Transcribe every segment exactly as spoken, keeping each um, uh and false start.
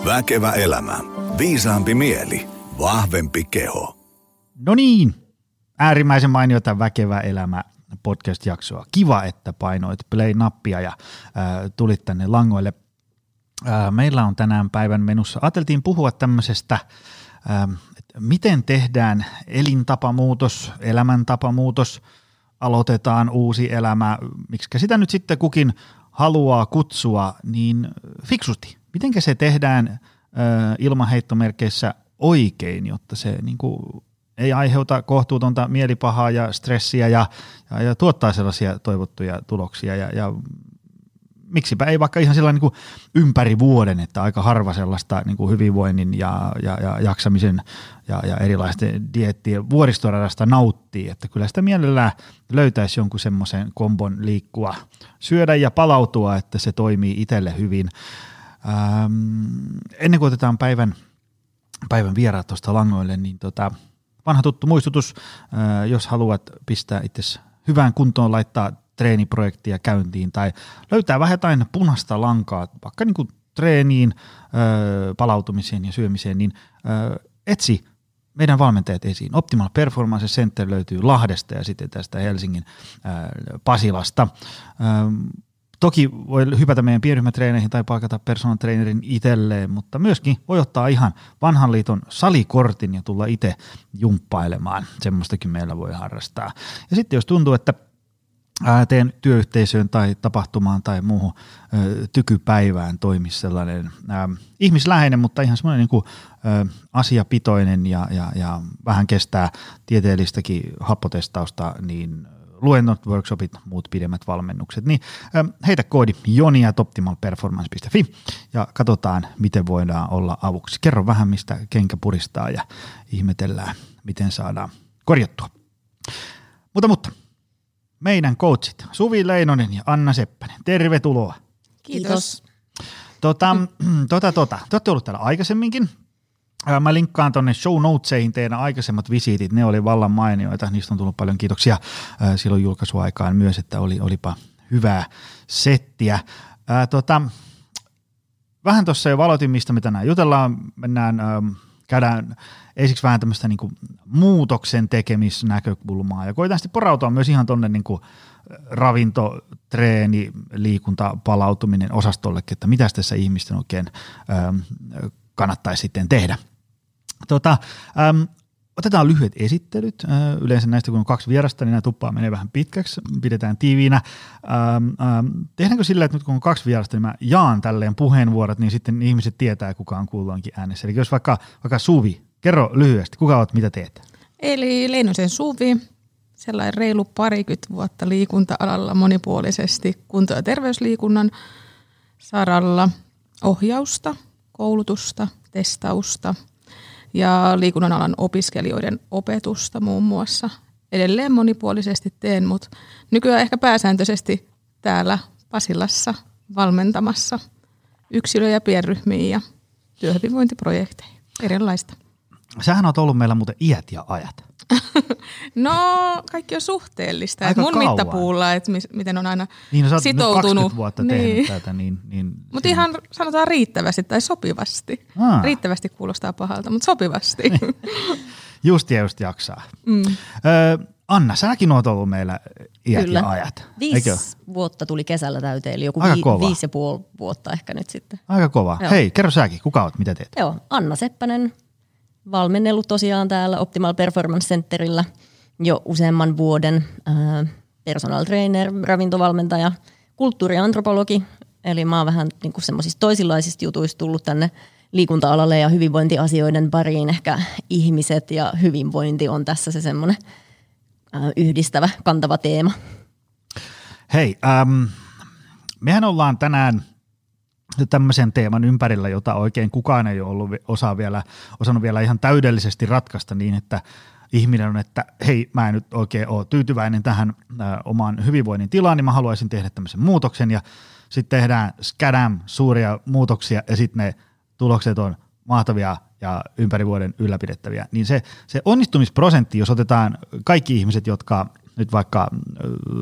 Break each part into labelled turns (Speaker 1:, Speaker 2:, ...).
Speaker 1: Väkevä elämä. Viisaampi mieli. Vahvempi keho.
Speaker 2: No niin, äärimmäisen mainiota Väkevä elämä podcast-jaksoa. Kiva, että painoit play-nappia ja äh, tulit tänne langoille. Äh, meillä on tänään päivän menussa. Ajateltiin puhua tämmöisestä, äh, että miten tehdään elintapamuutos, elämäntapamuutos, aloitetaan uusi elämä, miksikä sitä nyt sitten kukin haluaa kutsua, niin fiksusti. Mitenkä se tehdään äh, ilman heittomerkeissä oikein, jotta se niin kuin ei aiheuta kohtuutonta mielipahaa ja stressiä ja, ja, ja tuottaa sellaisia toivottuja tuloksia ja, ja miksipä ei vaikka ihan sellainen niin kuin ympäri vuoden, että aika harva sellaista niin kuin hyvinvoinnin ja, ja, ja jaksamisen ja, ja erilaisten dieettien vuoristoradasta nauttii, että kyllä sitä mielellään löytäisi jonkun semmoisen kombon liikkua, syödä ja palautua, että se toimii itselle hyvin. Ähm, ennen kuin otetaan päivän, päivän vieraat tuosta langoille, niin tota, vanha tuttu muistutus, äh, jos haluat pistää itsesi hyvään kuntoon, laittaa treeniprojektia käyntiin tai löytää vähän jotain punaista lankaa, vaikka niin kuin treeniin, ö, palautumiseen ja syömiseen, niin ö, etsi meidän valmentajat esiin. Optimal Performance Center löytyy Lahdesta ja sitten tästä Helsingin ö, Pasilasta. Ö, toki voi hypätä meidän pienryhmätreeneihin tai palkata personal trainerin itselleen, mutta myöskin voi ottaa ihan vanhan liiton salikortin ja tulla itse jumppailemaan. Semmoistakin meillä voi harrastaa. Ja sitten jos tuntuu, että teen työyhteisöön tai tapahtumaan tai muuhun ö, tykypäivään toimisi sellainen ö, ihmisläheinen, mutta ihan semmoinen niin kuin, ö, asiapitoinen ja, ja, ja vähän kestää tieteellistäkin happotestausta, niin luennot, workshopit, muut pidemmät valmennukset, niin ö, heitä koodi joni at optimal performance piste fi ja katsotaan, miten voidaan olla avuksi. Kerro vähän, mistä kenkä puristaa ja ihmetellään, miten saadaan korjattua. Mutta, mutta. Meidän coachit Suvi Leinonen ja Anna Seppänen. Tervetuloa.
Speaker 3: Kiitos.
Speaker 2: Tota, tota, tota. Te olette ollut täällä aikaisemminkin. Mä linkkaan tuonne show notesihin teidän aikaisemmat visiitit. Ne oli vallan mainioita. Niistä on tullut paljon kiitoksia silloin julkaisuaikaan myös, että oli, olipa hyvää settiä. Ää, tota, vähän tuossa jo valotin, mistä me tänään jutellaan. Mennään, ähm, käydään ensiksi vähän tämmöistä niinku muutoksen tekemisnäkökulmaa ja koitan sitten porautua myös ihan tuonne niinku ravinto, treeni, liikunta, palautuminen osastollekin, että mitä tässä ihmisten oikein ähm, kannattaisi sitten tehdä. Tota, ähm, otetaan lyhyet esittelyt. Äh, yleensä näistä kun on kaksi vierasta, niin nämä tuppaa menee vähän pitkäksi, pidetään tiiviinä. Ähm, ähm, tehdäänkö sillä, että nyt kun on kaksi vierasta, niin mä jaan tälleen puheenvuorot, niin sitten ihmiset tietää, kuka on kulloinkin äänessä. Eli jos vaikka, vaikka Suvi, kerro lyhyesti, kuka olet, mitä teet?
Speaker 3: Eli Leinosen Suvi, sellainen reilu parikymmentä vuotta liikunta-alalla monipuolisesti kunto- ja terveysliikunnan saralla, ohjausta, koulutusta, testausta ja liikunnan alan opiskelijoiden opetusta muun muassa. Edelleen monipuolisesti teen, mutta nykyään ehkä pääsääntöisesti täällä Pasilassa valmentamassa yksilö- ja pienryhmiä ja työhyvinvointiprojekteja, erilaista.
Speaker 2: Sähän oot ollut meillä muuten iät ja ajat.
Speaker 3: No, kaikki on suhteellista.
Speaker 2: Aika
Speaker 3: mun
Speaker 2: kauan.
Speaker 3: mittapuulla, että mis, miten on aina
Speaker 2: niin, no, sä oot
Speaker 3: sitoutunut.
Speaker 2: kaksikymmentä vuotta tehnyt
Speaker 3: niin.
Speaker 2: tätä. Niin, niin
Speaker 3: mutta ihan sanotaan riittävästi tai sopivasti.
Speaker 2: Aa.
Speaker 3: Riittävästi kuulostaa pahalta, mutta sopivasti.
Speaker 2: just ja just jaksaa.
Speaker 3: Mm.
Speaker 2: Öö, Anna, säkin oot ollut meillä iät
Speaker 4: Kyllä.
Speaker 2: ja ajat.
Speaker 4: Viisi
Speaker 2: Eikö?
Speaker 4: vuotta tuli kesällä täyteen, eli joku
Speaker 2: Aika
Speaker 4: vi-
Speaker 2: kova.
Speaker 4: viisi ja puoli vuotta ehkä nyt sitten.
Speaker 2: Aika kova.
Speaker 4: Joo.
Speaker 2: Hei, kerro säkin, kuka oot, mitä teet?
Speaker 4: Joo, Anna Seppänen, valmennellut tosiaan täällä Optimal Performance Centerillä jo useamman vuoden. Äh, personal trainer, ravintovalmentaja, kulttuuriantropologi, eli mä oon vähän niin kuin semmoisista toisenlaisista jutuista tullut tänne liikunta-alalle ja hyvinvointiasioiden pariin. Ehkä ihmiset ja hyvinvointi on tässä se semmoinen äh, yhdistävä, kantava teema.
Speaker 2: Hei, ähm, mehän ollaan tänään tämmöisen teeman ympärillä, jota oikein kukaan ei ole ollut osaa vielä, osannut vielä ihan täydellisesti ratkaista niin, että ihminen on, että hei, mä en nyt oikein ole tyytyväinen tähän äh, omaan hyvinvoinnin tilaan, niin mä haluaisin tehdä tämmöisen muutoksen ja sitten tehdään skadam, suuria muutoksia ja sitten ne tulokset on mahtavia ja ympäri vuoden ylläpidettäviä. Niin se, se onnistumisprosentti, jos otetaan kaikki ihmiset, jotka nyt vaikka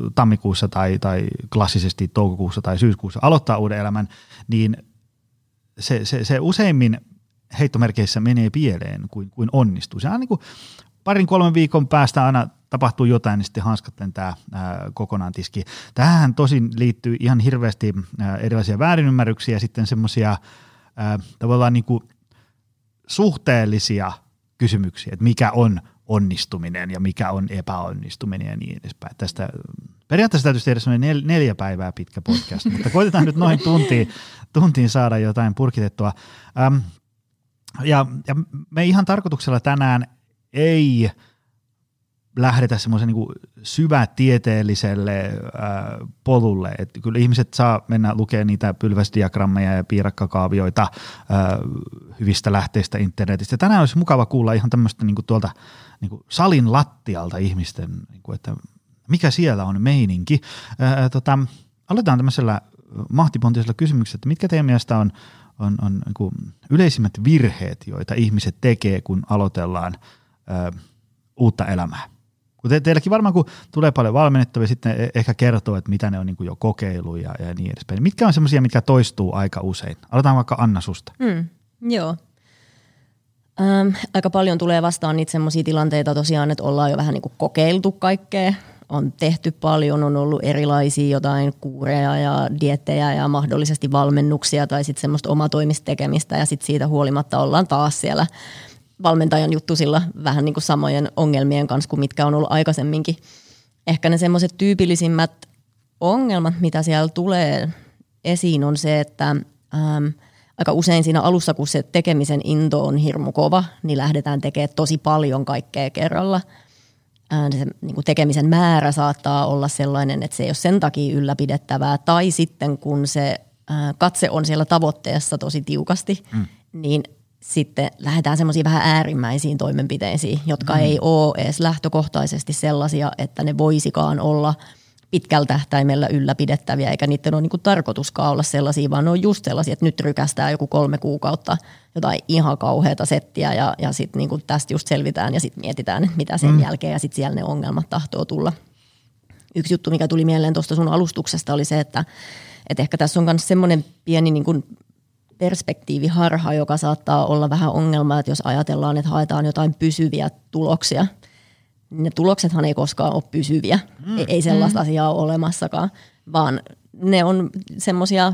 Speaker 2: tammikuussa tai, tai klassisesti toukokuussa tai syyskuussa aloittaa uuden elämän, niin se, se, se useimmin heittomerkeissä menee pieleen kuin, kuin onnistuu. Se on niin kuin parin kolmen viikon päästä aina tapahtuu jotain, niin sitten hanskat lentää ää, kokonaan tiskiin. Tähän tosin liittyy ihan hirveästi ää, erilaisia väärinymmärryksiä ja sitten semmoisia tavallaan niin kuin suhteellisia kysymyksiä, että mikä on onnistuminen ja mikä on epäonnistuminen ja niin edespäin. Tästä periaatteessa täytyisi tehdä semmoinen nel, neljä päivää pitkä podcast, mutta koitetaan nyt noin tuntiin, tuntiin saada jotain purkitettua. Ähm, ja, ja me ihan tarkoituksella tänään ei lähdetä semmoisen niin syvätieteelliselle äh, polulle, että kyllä ihmiset saa mennä lukemaan niitä pylväsdiagrammeja ja piirakkakaavioita äh, hyvistä lähteistä internetistä. Ja tänään olisi mukava kuulla ihan tämmöistä niin kuin tuolta niin kuin salin lattialta ihmisten, niin kuin, että mikä siellä on meininki. Äh, tota, aloitetaan tämmöisellä mahtipontisella kysymyksellä, että mitkä teidän mielestä on, on, on niin kuin yleisimmät virheet, joita ihmiset tekee, kun aloitellaan äh, uutta elämää. Kun te, teilläkin varmaan, kun tulee paljon valmennettavia, sitten ehkä kertoo, että mitä ne on niin kuin jo kokeillut ja, ja niin edespäin. Mitkä on semmoisia, mitkä toistuu aika usein? Aloitetaan vaikka Anna susta.
Speaker 4: Mm, joo. Ähm, aika paljon tulee vastaan niitä semmoisia tilanteita tosiaan, että ollaan jo vähän niin kuin kokeiltu kaikkea. On tehty paljon, on ollut erilaisia jotain kuureja ja diettejä ja mahdollisesti valmennuksia tai sitten semmoista omatoimista tekemistä ja sitten siitä huolimatta ollaan taas siellä valmentajan juttusilla vähän niin kuin samojen ongelmien kanssa kuin mitkä on ollut aikaisemminkin. Ehkä ne semmoiset tyypillisimmät ongelmat, mitä siellä tulee esiin, on se, että äm, aika usein siinä alussa, kun se tekemisen into on hirmu kova, niin lähdetään tekemään tosi paljon kaikkea kerralla. Ää, se niin kuin tekemisen määrä saattaa olla sellainen, että se ei ole sen takia ylläpidettävää. Tai sitten kun se ää, katse on siellä tavoitteessa tosi tiukasti, mm. niin sitten lähdetään semmoisiin vähän äärimmäisiin toimenpiteisiin, jotka mm. ei ole edes lähtökohtaisesti sellaisia, että ne voisikaan olla pitkällä tähtäimellä ylläpidettäviä, eikä niiden ole niinku tarkoituskaan olla sellaisia, vaan ne on just sellaisia, että nyt rykästää joku kolme kuukautta jotain ihan kauheata settiä ja, ja sitten niinku tästä just selvitään ja sitten mietitään, että mitä sen mm. jälkeen ja sitten siellä ne ongelmat tahtoo tulla. Yksi juttu, mikä tuli mieleen tuosta sun alustuksesta oli se, että, että ehkä tässä on myös semmoinen pieni niinku perspektiiviharha, joka saattaa olla vähän ongelma, että jos ajatellaan, että haetaan jotain pysyviä tuloksia, niin ne tuloksethan ei koskaan ole pysyviä. Mm. Ei sellaista mm. asiaa ole olemassakaan, vaan ne on semmoisia,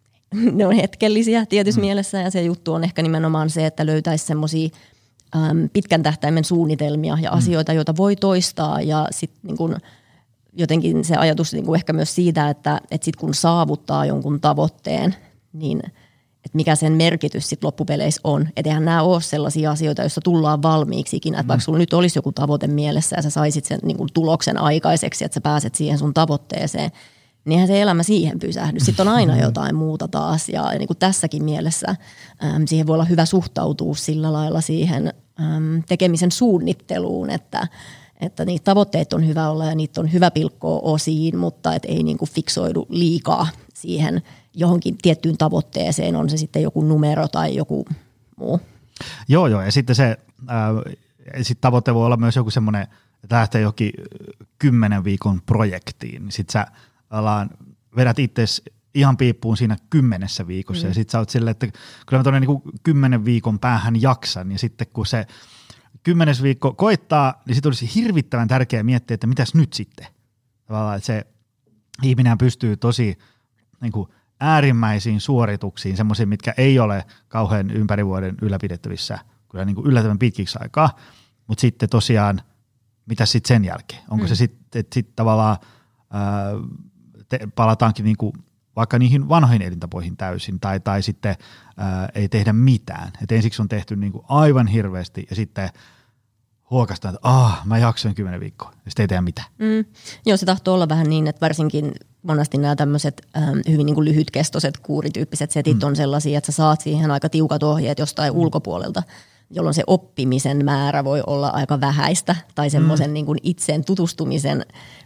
Speaker 4: ne on hetkellisiä tietyssä mm. mielessä ja se juttu on ehkä nimenomaan se, että löytäisi semmoisia äm, pitkän tähtäimen suunnitelmia ja mm. asioita, joita voi toistaa ja sitten niin kun jotenkin se ajatus niin kun ehkä myös siitä, että, että sit kun saavuttaa jonkun tavoitteen, niin että mikä sen merkitys sitten loppupeleissä on. Että eihän nämä ole sellaisia asioita, joissa tullaan valmiiksikin. Että mm. vaikka sulla nyt olisi joku tavoite mielessä ja sä saisit sen niin kuin tuloksen aikaiseksi, että sä pääset siihen sun tavoitteeseen, niin eihän se elämä siihen pysähdy. Sitten on aina jotain muuta taas. Ja niin kuin tässäkin mielessä äm, siihen voi olla hyvä suhtautua sillä lailla siihen äm, tekemisen suunnitteluun, että että niitä tavoitteet on hyvä olla ja niitä on hyvä pilkkoa osiin, mutta et ei niin kuin fiksoidu liikaa siihen johonkin tiettyyn tavoitteeseen, on se sitten joku numero tai joku muu. Joo, joo, ja sitten se ää, sit tavoite voi olla myös joku semmoinen, että lähtee jokin kymmenen viikon projektiin, niin sitten sä alaan, vedät itses ihan piippuun siinä kymmenessä viikossa, mm. ja sitten sä oot silleen, että kyllä mä tuonne niin kymmenen viikon päähän jaksan, ja sitten kun se kymmenes viikko koittaa, niin sitten olisi hirvittävän tärkeää miettiä, että mitäs nyt sitten. Tavallaan, että se ihminen pystyy tosi niin kuin äärimmäisiin suorituksiin, semmoisiin, mitkä ei ole kauhean ympäri vuoden ylläpidettävissä, kyllä niin kuin yllättävän pitkiksi aikaa, mutta sitten tosiaan, mitä sitten sen jälkeen? Onko mm. se sitten, että sitten tavallaan ää, te, palataankin niin kuin vaikka niihin vanhoihin elintapoihin täysin, tai, tai sitten ää, ei tehdä mitään. Et ensiksi on tehty niin kuin aivan hirveästi, ja sitten huokastaan, että ah, mä jaksoin kymmenen viikkoa, ja sitten ei tehdä mitään. Mm. Joo, se tahtoo olla vähän niin, että varsinkin monesti nämä tämmöiset ähm, hyvin niin kuin lyhytkestoiset kuurityyppiset setit mm. on sellaisia, että sä saat siihen aika tiukat ohjeet jostain mm. ulkopuolelta, jolloin se oppimisen määrä voi olla aika vähäistä, tai semmoisen mm. niin kuin itseen tutustumisen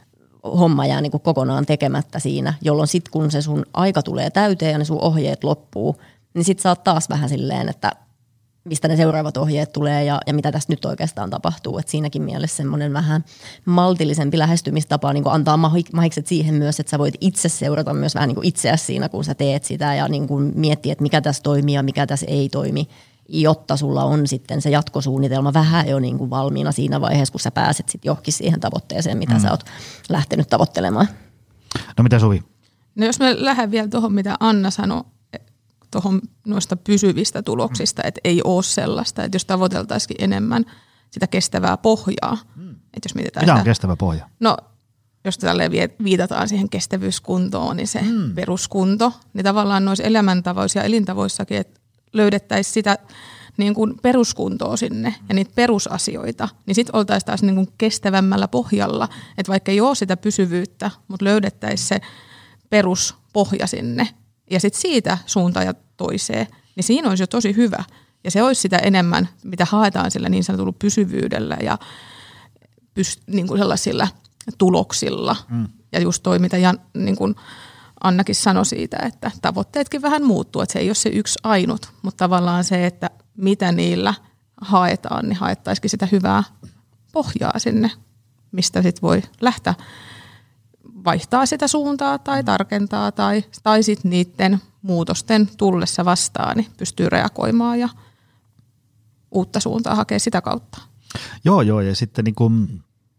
Speaker 4: homma jää niin kuin kokonaan tekemättä siinä, jolloin sitten kun se sun aika tulee täyteen ja ne sun ohjeet loppuu, niin sit sä oot taas vähän silleen, että mistä ne seuraavat ohjeet tulee ja, ja mitä tästä nyt oikeastaan tapahtuu. Et siinäkin mielessä semmoinen vähän maltillisempi lähestymistapa niin kuin antaa mahikset siihen myös, että sä voit itse seurata myös vähän niin kuin itseäsi siinä, kun sä teet sitä ja niin kuin miettiä, että mikä tässä toimii ja mikä tässä ei toimi, jotta sulla on sitten se jatkosuunnitelma vähän jo niin kuin valmiina siinä vaiheessa, kun sä pääset sitten johonkin siihen tavoitteeseen, mitä mm. sä oot lähtenyt tavoittelemaan.
Speaker 2: No mitä Suvi?
Speaker 3: No jos me lähden vielä tuohon, mitä Anna sanoi, tuohon noista pysyvistä tuloksista, että ei ole sellaista, että jos tavoiteltaisikin enemmän sitä kestävää pohjaa. Mm. Että jos mietitään
Speaker 2: mitä on
Speaker 3: sitä,
Speaker 2: kestävä pohja?
Speaker 3: No, jos tälleen viitataan siihen kestävyyskuntoon, niin se mm. peruskunto, niin tavallaan noissa elämäntavoissa ja elintavoissakin, että löydettäisiin sitä niin kuin peruskuntoa sinne ja niitä perusasioita, niin sitten oltaisiin taas niin kuin kestävämmällä pohjalla, että vaikka ei ole sitä pysyvyyttä, mutta löydettäisiin se peruspohja sinne ja sitten siitä suuntaan ja toiseen, niin siinä olisi jo tosi hyvä. Ja se olisi sitä enemmän, mitä haetaan sillä niin sanotulla pysyvyydellä ja pyst- niin kuin sellaisilla tuloksilla. Mm. Ja just toi, mitä Jan, niin kuin Annakin sanoi siitä, että tavoitteetkin vähän muuttuu, että se ei ole se yksi ainut, mutta tavallaan se, että mitä niillä haetaan, niin haettaisikin sitä hyvää pohjaa sinne, mistä sitten voi lähteä vaihtaa sitä suuntaa tai tarkentaa tai, tai sitten niiden muutosten tullessa vastaan, niin pystyy reagoimaan ja uutta suuntaa hakea sitä kautta.
Speaker 2: Joo, joo, ja sitten niin kuin,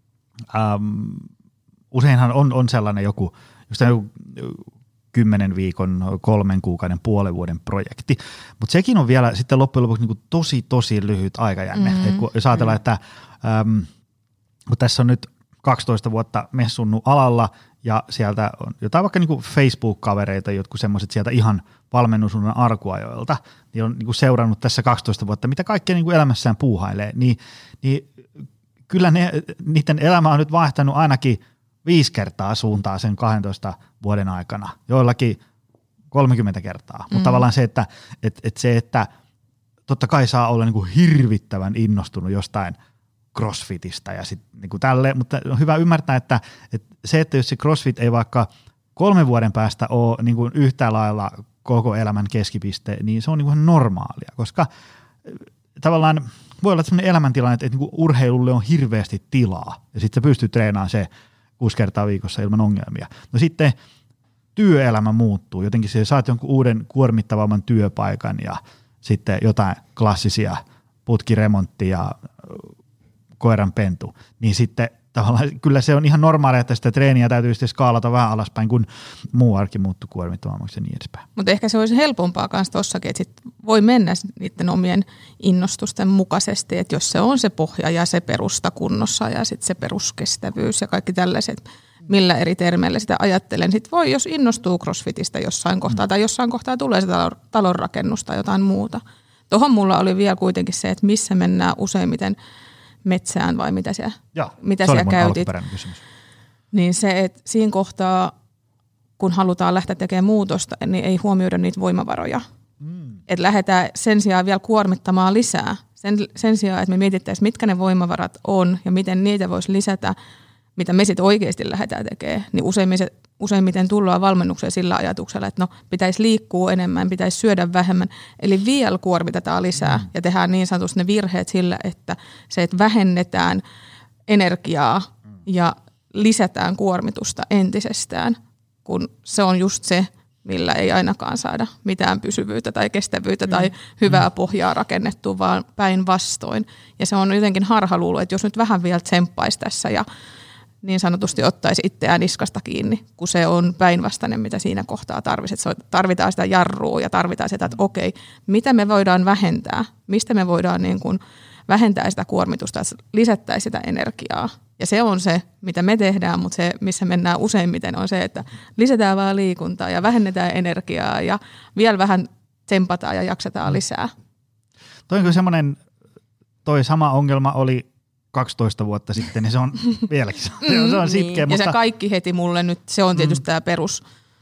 Speaker 2: ähm, useinhan on, on sellainen joku, just joku kymmenen viikon, kolmen kuukauden, puolen vuoden projekti, mutta sekin on vielä sitten loppujen lopuksi niin kuin tosi, tosi lyhyt aikajänne. Mm-hmm. Et kun jos ajatellaan, että ähm, kun tässä on nyt kaksitoista vuotta messunnut alalla ja sieltä on jotain vaikka niin kuin Facebook-kavereita, jotkut semmoiset sieltä ihan valmennusuuden arkuajoilta, niin on niin kuin seurannut tässä kaksitoista vuotta, mitä kaikkea niin kuin elämässään puuhailee, niin, niin kyllä ne, niiden elämä on nyt vaihtanut ainakin viisi kertaa suuntaa sen kahdentoista vuoden aikana, joillakin kolmekymmentä kertaa, mm. mutta tavallaan se, että et, et se, että totta kai saa olla niin kuin hirvittävän innostunut jostain crossfitistä ja sitten niin kuin tälleen, mutta on hyvä ymmärtää, että, että se, että jos se crossfit ei vaikka kolmen vuoden päästä ole niin kuin yhtä lailla koko elämän keskipiste, niin se on niin kuin normaalia, koska tavallaan voi olla sellainen elämäntilanne, että niin kuin urheilulle on hirveästi tilaa ja sitten sä pystyy treenaamaan se kuusi kertaa viikossa ilman ongelmia. No sitten työelämä muuttuu, jotenkin sä saat jonkun uuden kuormittavamman työpaikan ja sitten jotain klassisia putkiremonttia ja koiran pentu, niin sitten tavallaan kyllä se on ihan normaalia, että sitä treeniä täytyy sitten skaalata vähän alaspäin, kun muu arki muuttuu kuormittavammaksi ja niin edespäin.
Speaker 3: Mutta ehkä se olisi helpompaa myös tuossakin, että sit voi mennä niiden omien innostusten mukaisesti, että jos se on se pohja ja se perusta kunnossa ja sitten se peruskestävyys ja kaikki tällaiset, millä eri termeillä sitä ajattelen, sitten voi, jos innostuu crossfitistä jossain kohtaa mm. tai jossain kohtaa tulee se talonrakennus tai jotain muuta. Tuohon mulla oli vielä kuitenkin se, että missä mennään useimmiten metsään vai mitä siellä,
Speaker 2: Joo,
Speaker 3: mitä siellä käytit. Niin se, että siinä kohtaa, kun halutaan lähteä tekemään muutosta, niin ei huomioida niitä voimavaroja. Mm. Että lähdetään sen sijaan vielä kuormittamaan lisää. Sen, sen sijaan, että me mietittäisiin, mitkä ne voimavarat on ja miten niitä voisi lisätä, mitä me sitten oikeasti lähdetään tekemään, niin useimmiten, useimmiten tullaan valmennukseen sillä ajatuksella, että no pitäisi liikkua enemmän, pitäisi syödä vähemmän, eli vielä kuormitetaan lisää mm. ja tehdään niin sanotusti ne virheet sillä, että se, että vähennetään energiaa mm. ja lisätään kuormitusta entisestään, kun se on just se, millä ei ainakaan saada mitään pysyvyyttä tai kestävyyttä mm. tai hyvää pohjaa rakennettua, vaan päinvastoin. Ja se on jotenkin harhaluulo, että jos nyt vähän vielä tsemppaisi tässä ja niin sanotusti ottaisi itseään niskasta kiinni, kun se on päinvastainen, mitä siinä kohtaa tarvitsisi. Tarvitaan sitä jarrua ja tarvitaan sitä, että okei, mitä me voidaan vähentää, mistä me voidaan niin kuin vähentää sitä kuormitusta, että lisättäisiin sitä energiaa. Ja se on se, mitä me tehdään, mutta se, missä mennään useimmiten, on se, että lisätään vaan liikuntaa ja vähennetään energiaa ja vielä vähän tsempataan ja jaksetaan lisää.
Speaker 2: Toi on kyllä semmoinen, toi sama ongelma oli kaksitoista vuotta sitten, niin se on vieläkin se on, se on sitkeä.
Speaker 3: Niin.
Speaker 2: Mutta
Speaker 3: ja se kaikki heti mulle nyt, se on tietysti mm. tämä perus.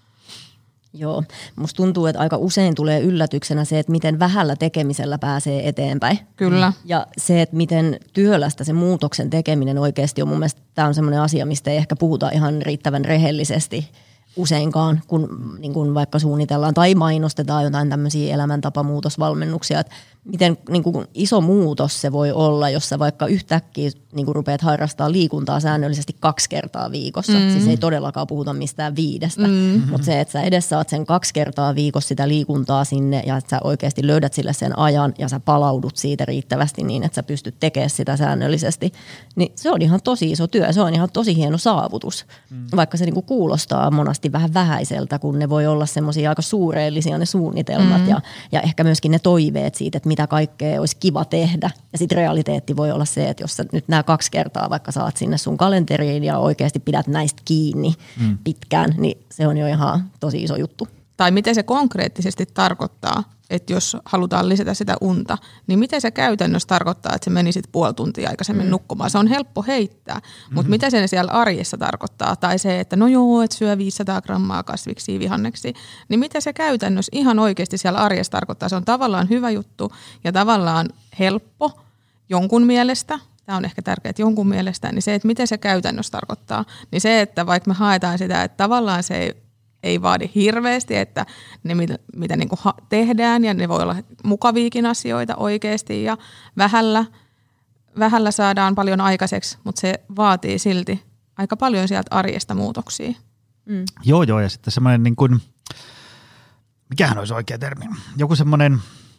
Speaker 4: Joo, musta tuntuu, että aika usein tulee yllätyksenä se, että miten vähällä tekemisellä pääsee eteenpäin.
Speaker 3: Kyllä.
Speaker 4: Ja se, että miten työlästä se muutoksen tekeminen oikeasti on, mun mielestä tämä on semmoinen asia, mistä ei ehkä puhuta ihan riittävän rehellisesti. useinkaan, kun niin kuin vaikka suunnitellaan tai mainostetaan jotain tämmöisiä elämäntapamuutosvalmennuksia, että miten niin kuin iso muutos se voi olla, jos sä vaikka yhtäkkiä niin kuin rupeat harrastamaan liikuntaa säännöllisesti kaksi kertaa viikossa. Mm. Siis ei todellakaan puhuta mistään viidestä, mm. mutta se, että sä edes saat sen kaksi kertaa viikossa sitä liikuntaa sinne ja että sä oikeasti löydät sille sen ajan ja sä palaudut siitä riittävästi niin, että sä pystyt tekemään sitä säännöllisesti, niin se on ihan tosi iso työ, se on ihan tosi hieno saavutus, mm. vaikka se niin kuin kuulostaa monasti vähän vähäiseltä, kun ne voi olla semmoisia aika suureellisia ne suunnitelmat mm. ja, ja ehkä myöskin ne toiveet siitä, että mitä kaikkea olisi kiva tehdä. Ja sitten realiteetti voi olla se, että jos sä nyt nämä kaksi kertaa vaikka saat sinne sun kalenteriin ja oikeasti pidät näistä kiinni mm. pitkään, niin se on jo ihan tosi iso juttu.
Speaker 3: Tai miten se konkreettisesti tarkoittaa, että jos halutaan lisätä sitä unta, niin miten se käytännössä tarkoittaa, että se menisit puoli tuntia aikaisemmin mm. nukkumaan. Se on helppo heittää, mm-hmm. mutta mitä se siellä arjessa tarkoittaa? Tai se, että no joo, että syö viisisataa grammaa kasviksia vihanneksi, niin mitä se käytännössä ihan oikeasti siellä arjessa tarkoittaa? Se on tavallaan hyvä juttu ja tavallaan helppo jonkun mielestä. Tämä on ehkä tärkeää, että jonkun mielestä, niin se, että miten se käytännössä tarkoittaa, niin se, että vaikka me haetaan sitä, että tavallaan se ei ei vaadi hirveästi, että ne mitä, mitä niin kuin tehdään ja ne voi olla mukaviakin asioita oikeasti ja vähällä, vähällä saadaan paljon aikaiseksi, mutta se vaatii silti aika paljon sieltä arjesta muutoksia.
Speaker 2: Mm. Joo, joo ja sitten semmoinen niin kuin, mikähän olisi oikea termi, joku semmoinen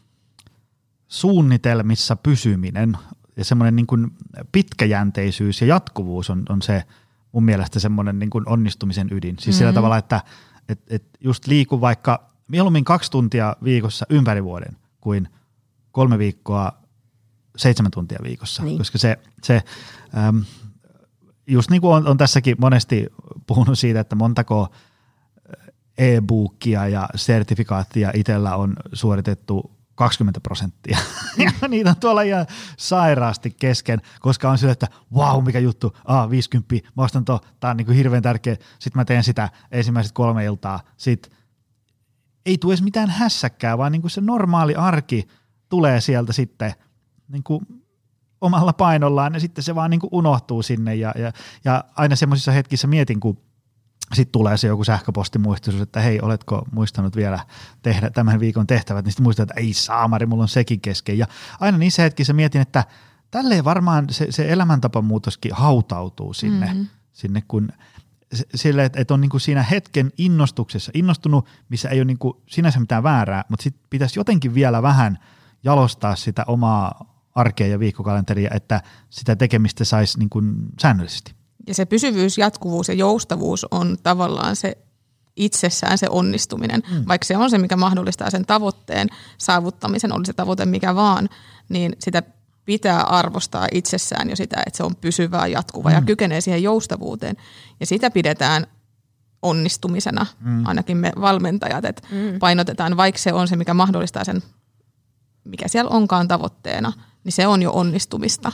Speaker 2: suunnitelmissa pysyminen ja semmoinen niin kuin pitkäjänteisyys ja jatkuvuus on, on se mun mielestä semmoinen niin kuin onnistumisen ydin. Siis mm-hmm. sillä tavalla, että et, et just liiku vaikka mieluummin kaksi tuntia viikossa ympäri vuoden kuin kolme viikkoa seitsemän tuntia viikossa. Niin. Koska se, se äm, just niin kuin on, on tässäkin monesti puhunut siitä, että montako e-bookia ja sertifikaattia itsellä on suoritettu kaksikymmentä prosenttia. Ja niitä on tuolla ihan sairaasti kesken, koska on sille, että vau, mikä juttu, ah, viisikymmentä, mä ostan to, tää on niin kuin hirveän tärkeä. Sitten mä teen sitä ensimmäiset kolme iltaa. Sitten ei tule edes mitään hässäkkää, vaan niin kuin se normaali arki tulee sieltä sitten niin kuin omalla painollaan ja sitten se vaan niin kuin unohtuu sinne. Ja, ja, ja aina semmoisissa hetkissä mietin, kun sitten tulee se joku sähköpostimuistutus, että hei, oletko muistanut vielä tehdä tämän viikon tehtävät, niin sitten muistat, että ei saamari, mulla on sekin kesken. Ja aina niissä hetkissä mietin, että tälleen varmaan se, se elämäntapamuutoskin hautautuu sinne, mm-hmm. sinne kun sille, että, että on niinku siinä hetken innostuksessa innostunut, missä ei ole niinku sinänsä mitään väärää, mutta sitten pitäisi jotenkin vielä vähän jalostaa sitä omaa arkea ja viikkokalenteria, että sitä tekemistä saisi niinku säännöllisesti. Ja
Speaker 3: se pysyvyys, jatkuvuus ja joustavuus on tavallaan se itsessään se onnistuminen. Mm. Vaikka se on se, mikä mahdollistaa sen tavoitteen saavuttamisen, oli se tavoite mikä vaan, niin sitä pitää arvostaa itsessään jo sitä, että se on pysyvää, jatkuvaa mm. ja kykenee siihen joustavuuteen. Ja sitä pidetään onnistumisena, mm. ainakin me valmentajat, että mm. painotetaan, vaikka se on se, mikä mahdollistaa sen, mikä siellä onkaan tavoitteena, niin se on jo onnistumista.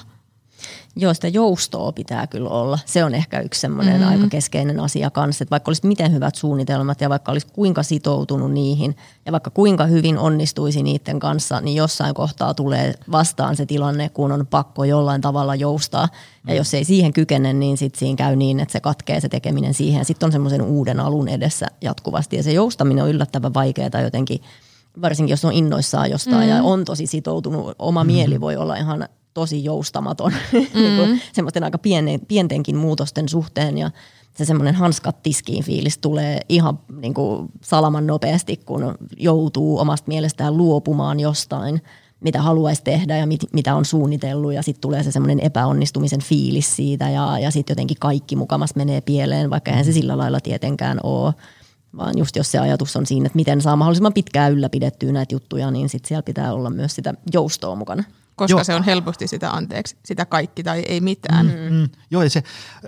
Speaker 4: Joo, sitä joustoa pitää kyllä olla. Se on ehkä yksi semmoinen mm-hmm. aika keskeinen asia kanssa, että vaikka olisi miten hyvät suunnitelmat ja vaikka olisi kuinka sitoutunut niihin ja vaikka kuinka hyvin onnistuisi niiden kanssa, niin jossain kohtaa tulee vastaan se tilanne, kun on pakko jollain tavalla joustaa. Ja mm. jos ei siihen kykene, niin sitten siinä käy niin, että se katkee se tekeminen siihen. Sitten on semmoisen uuden alun edessä jatkuvasti ja se joustaminen on yllättävän vaikeaa jotenkin, varsinkin jos on innoissaan jostain mm-hmm. ja on tosi sitoutunut. Oma mm-hmm. mieli voi olla ihan tosi joustamaton mm-hmm. semmoisten aika pienen, pientenkin muutosten suhteen ja se semmoinen hanskat tiskiin fiilis tulee ihan niin kuin salaman nopeasti, kun joutuu omasta mielestään luopumaan jostain, mitä haluaisi tehdä ja mit, mitä on suunnitellut ja sitten tulee se semmoinen epäonnistumisen fiilis siitä ja, ja sitten jotenkin kaikki mukamas menee pieleen, vaikka eihän se sillä lailla tietenkään ole, vaan just jos se ajatus on siinä, että miten saa mahdollisimman pitkään ylläpidettyä näitä juttuja, niin sitten siellä pitää olla myös sitä joustoa mukana.
Speaker 3: Koska Joo. se on helposti sitä anteeksi, sitä kaikki tai ei mitään.
Speaker 2: Mm, mm. Joo, ja se,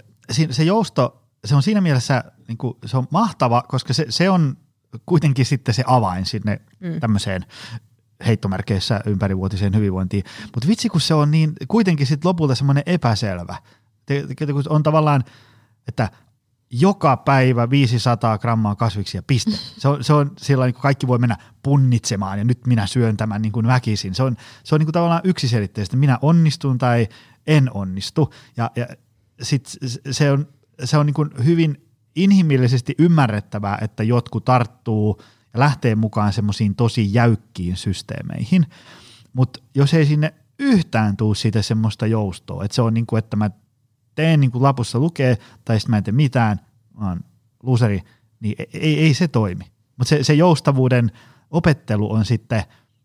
Speaker 2: se jousto, se on siinä mielessä, niin kuin, se on mahtava, koska se, se on kuitenkin sitten se avain sinne mm. tämmöiseen heittomerkeissä ympärivuotiseen hyvinvointiin. Mutta vitsi, kun se on niin kuitenkin sitten lopulta semmoinen epäselvä. On tavallaan, että joka päivä viisisataa grammaa kasviksia, piste. Se on, se on sillä niin kuin kaikki voi mennä punnitsemaan ja nyt minä syön tämän niin kuin väkisin. Se on, se on niin kuin tavallaan yksiselitteistä. Minä onnistun tai en onnistu. Ja, ja sit se on, se on niin kuin hyvin inhimillisesti ymmärrettävää, että jotkut tarttuu ja lähtee mukaan semmoisiin tosi jäykkiin systeemeihin, mutta jos ei sinne yhtään tuu siitä semmoista joustoa, että se on niin kuin, että mä teen niin kuin lapussa lukee, tai sitten mä en tee mitään, mä oon loseri, niin ei, ei se toimi. Mutta se, se joustavuuden opettelu on sitten,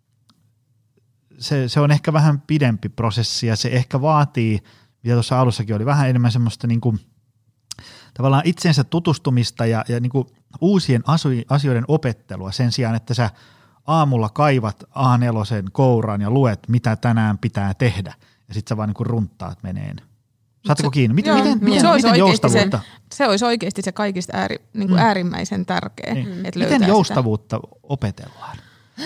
Speaker 2: se, se on ehkä vähän pidempi prosessi, ja se ehkä vaatii, mitä tuossa alussakin oli, vähän enemmän semmoista niin kuin, tavallaan itsensä tutustumista ja, ja niin kuin uusien asioiden opettelua sen sijaan, että sä aamulla kaivat A neljä kouraan ja luet, mitä tänään pitää tehdä, ja sitten sä vaan niin kuin runttaat meneen. Saatteko kiinni? Miten, joo, miten, miten,
Speaker 3: se
Speaker 2: miten joustavuutta?
Speaker 3: Se, se olisi oikeasti se kaikista ääri, niin kuin mm. äärimmäisen tärkeä.
Speaker 2: Niin. Että miten joustavuutta sitä opetellaan?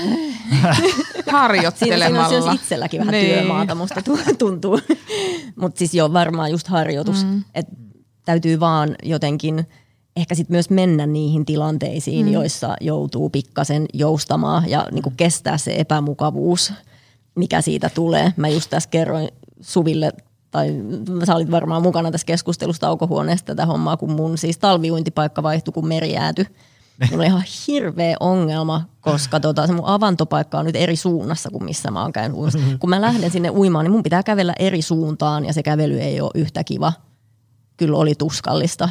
Speaker 3: Harjoittelemalla.
Speaker 4: Siinä on itselläkin vähän niin. työmaata, musta tuntuu. Mutta siis joo, varmaan just harjoitus. Mm. Että täytyy vaan jotenkin ehkä sitten myös mennä niihin tilanteisiin, mm. joissa joutuu pikkasen joustamaan ja niin kuin kestää se epämukavuus, mikä siitä tulee. Mä just tässä kerroin Suville, tai sä olit varmaan mukana tässä keskustelussa taukohuoneesta tätä hommaa, kun mun siis talviuintipaikka vaihtui kuin merijääty. Mulla on ihan hirveä ongelma, koska tota, se mun avantopaikka on nyt eri suunnassa kuin missä mä oon käynyt uimassa. Kun mä lähden sinne uimaan, niin mun pitää kävellä eri suuntaan ja se kävely ei ole yhtä kiva. Kyllä oli tuskallista.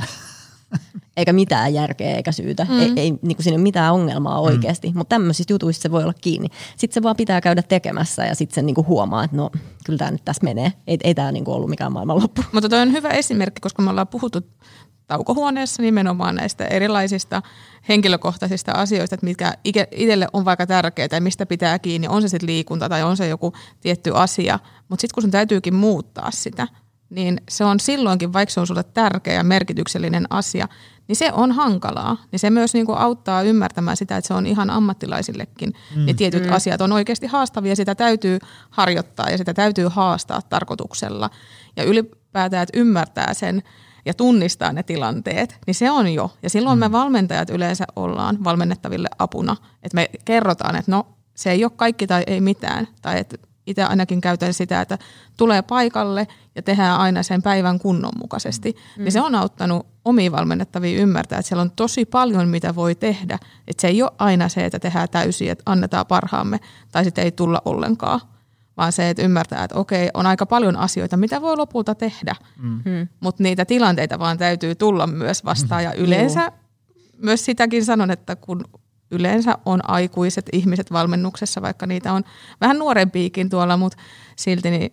Speaker 4: Eikä mitään järkeä eikä syytä. Mm. Ei, ei niin kuin siinä ole mitään ongelmaa oikeasti, mm. mutta tämmöisistä jutuista se voi olla kiinni. Sitten se vaan pitää käydä tekemässä ja sitten se niin kuin huomaa, että no kyllä tämä nyt tässä menee. Ei, ei tämä niin kuin ollut mikään maailmanloppu.
Speaker 3: Mutta toi on hyvä esimerkki, koska me ollaan puhuttu taukohuoneessa nimenomaan näistä erilaisista henkilökohtaisista asioista, että mitkä itselle on vaikka tärkeää ja mistä pitää kiinni. On se sitten liikunta tai on se joku tietty asia, mutta sitten kun sun täytyykin muuttaa sitä, niin se on silloinkin, vaikka se on sulle tärkeä ja merkityksellinen asia, niin se on hankalaa. Niin se myös niinku auttaa ymmärtämään sitä, että se on ihan ammattilaisillekin. Mm. Ne tietyt mm. asiat on oikeasti haastavia, sitä täytyy harjoittaa ja sitä täytyy haastaa tarkoituksella. Ja ylipäätään, että ymmärtää sen ja tunnistaa ne tilanteet, niin se on jo. Ja silloin mm. me valmentajat yleensä ollaan valmennettaville apuna. Että me kerrotaan, että no se ei ole kaikki tai ei mitään. Tai että itse ainakin käytän sitä, että tulee paikalle ja tehdään aina sen päivän kunnon mukaisesti. Mm. Niin se on auttanut omia valmennettavia ymmärtää, että siellä on tosi paljon, mitä voi tehdä. Että se ei ole aina se, että tehdään täysin, että annetaan parhaamme tai sitten ei tulla ollenkaan. Vaan se, että ymmärtää, että okei, on aika paljon asioita, mitä voi lopulta tehdä. Mm. Mutta niitä tilanteita vaan täytyy tulla myös vastaan. Ja yleensä mm. myös sitäkin sanon, että kun yleensä on aikuiset ihmiset valmennuksessa, vaikka niitä on vähän nuorempiakin tuolla, mutta silti niin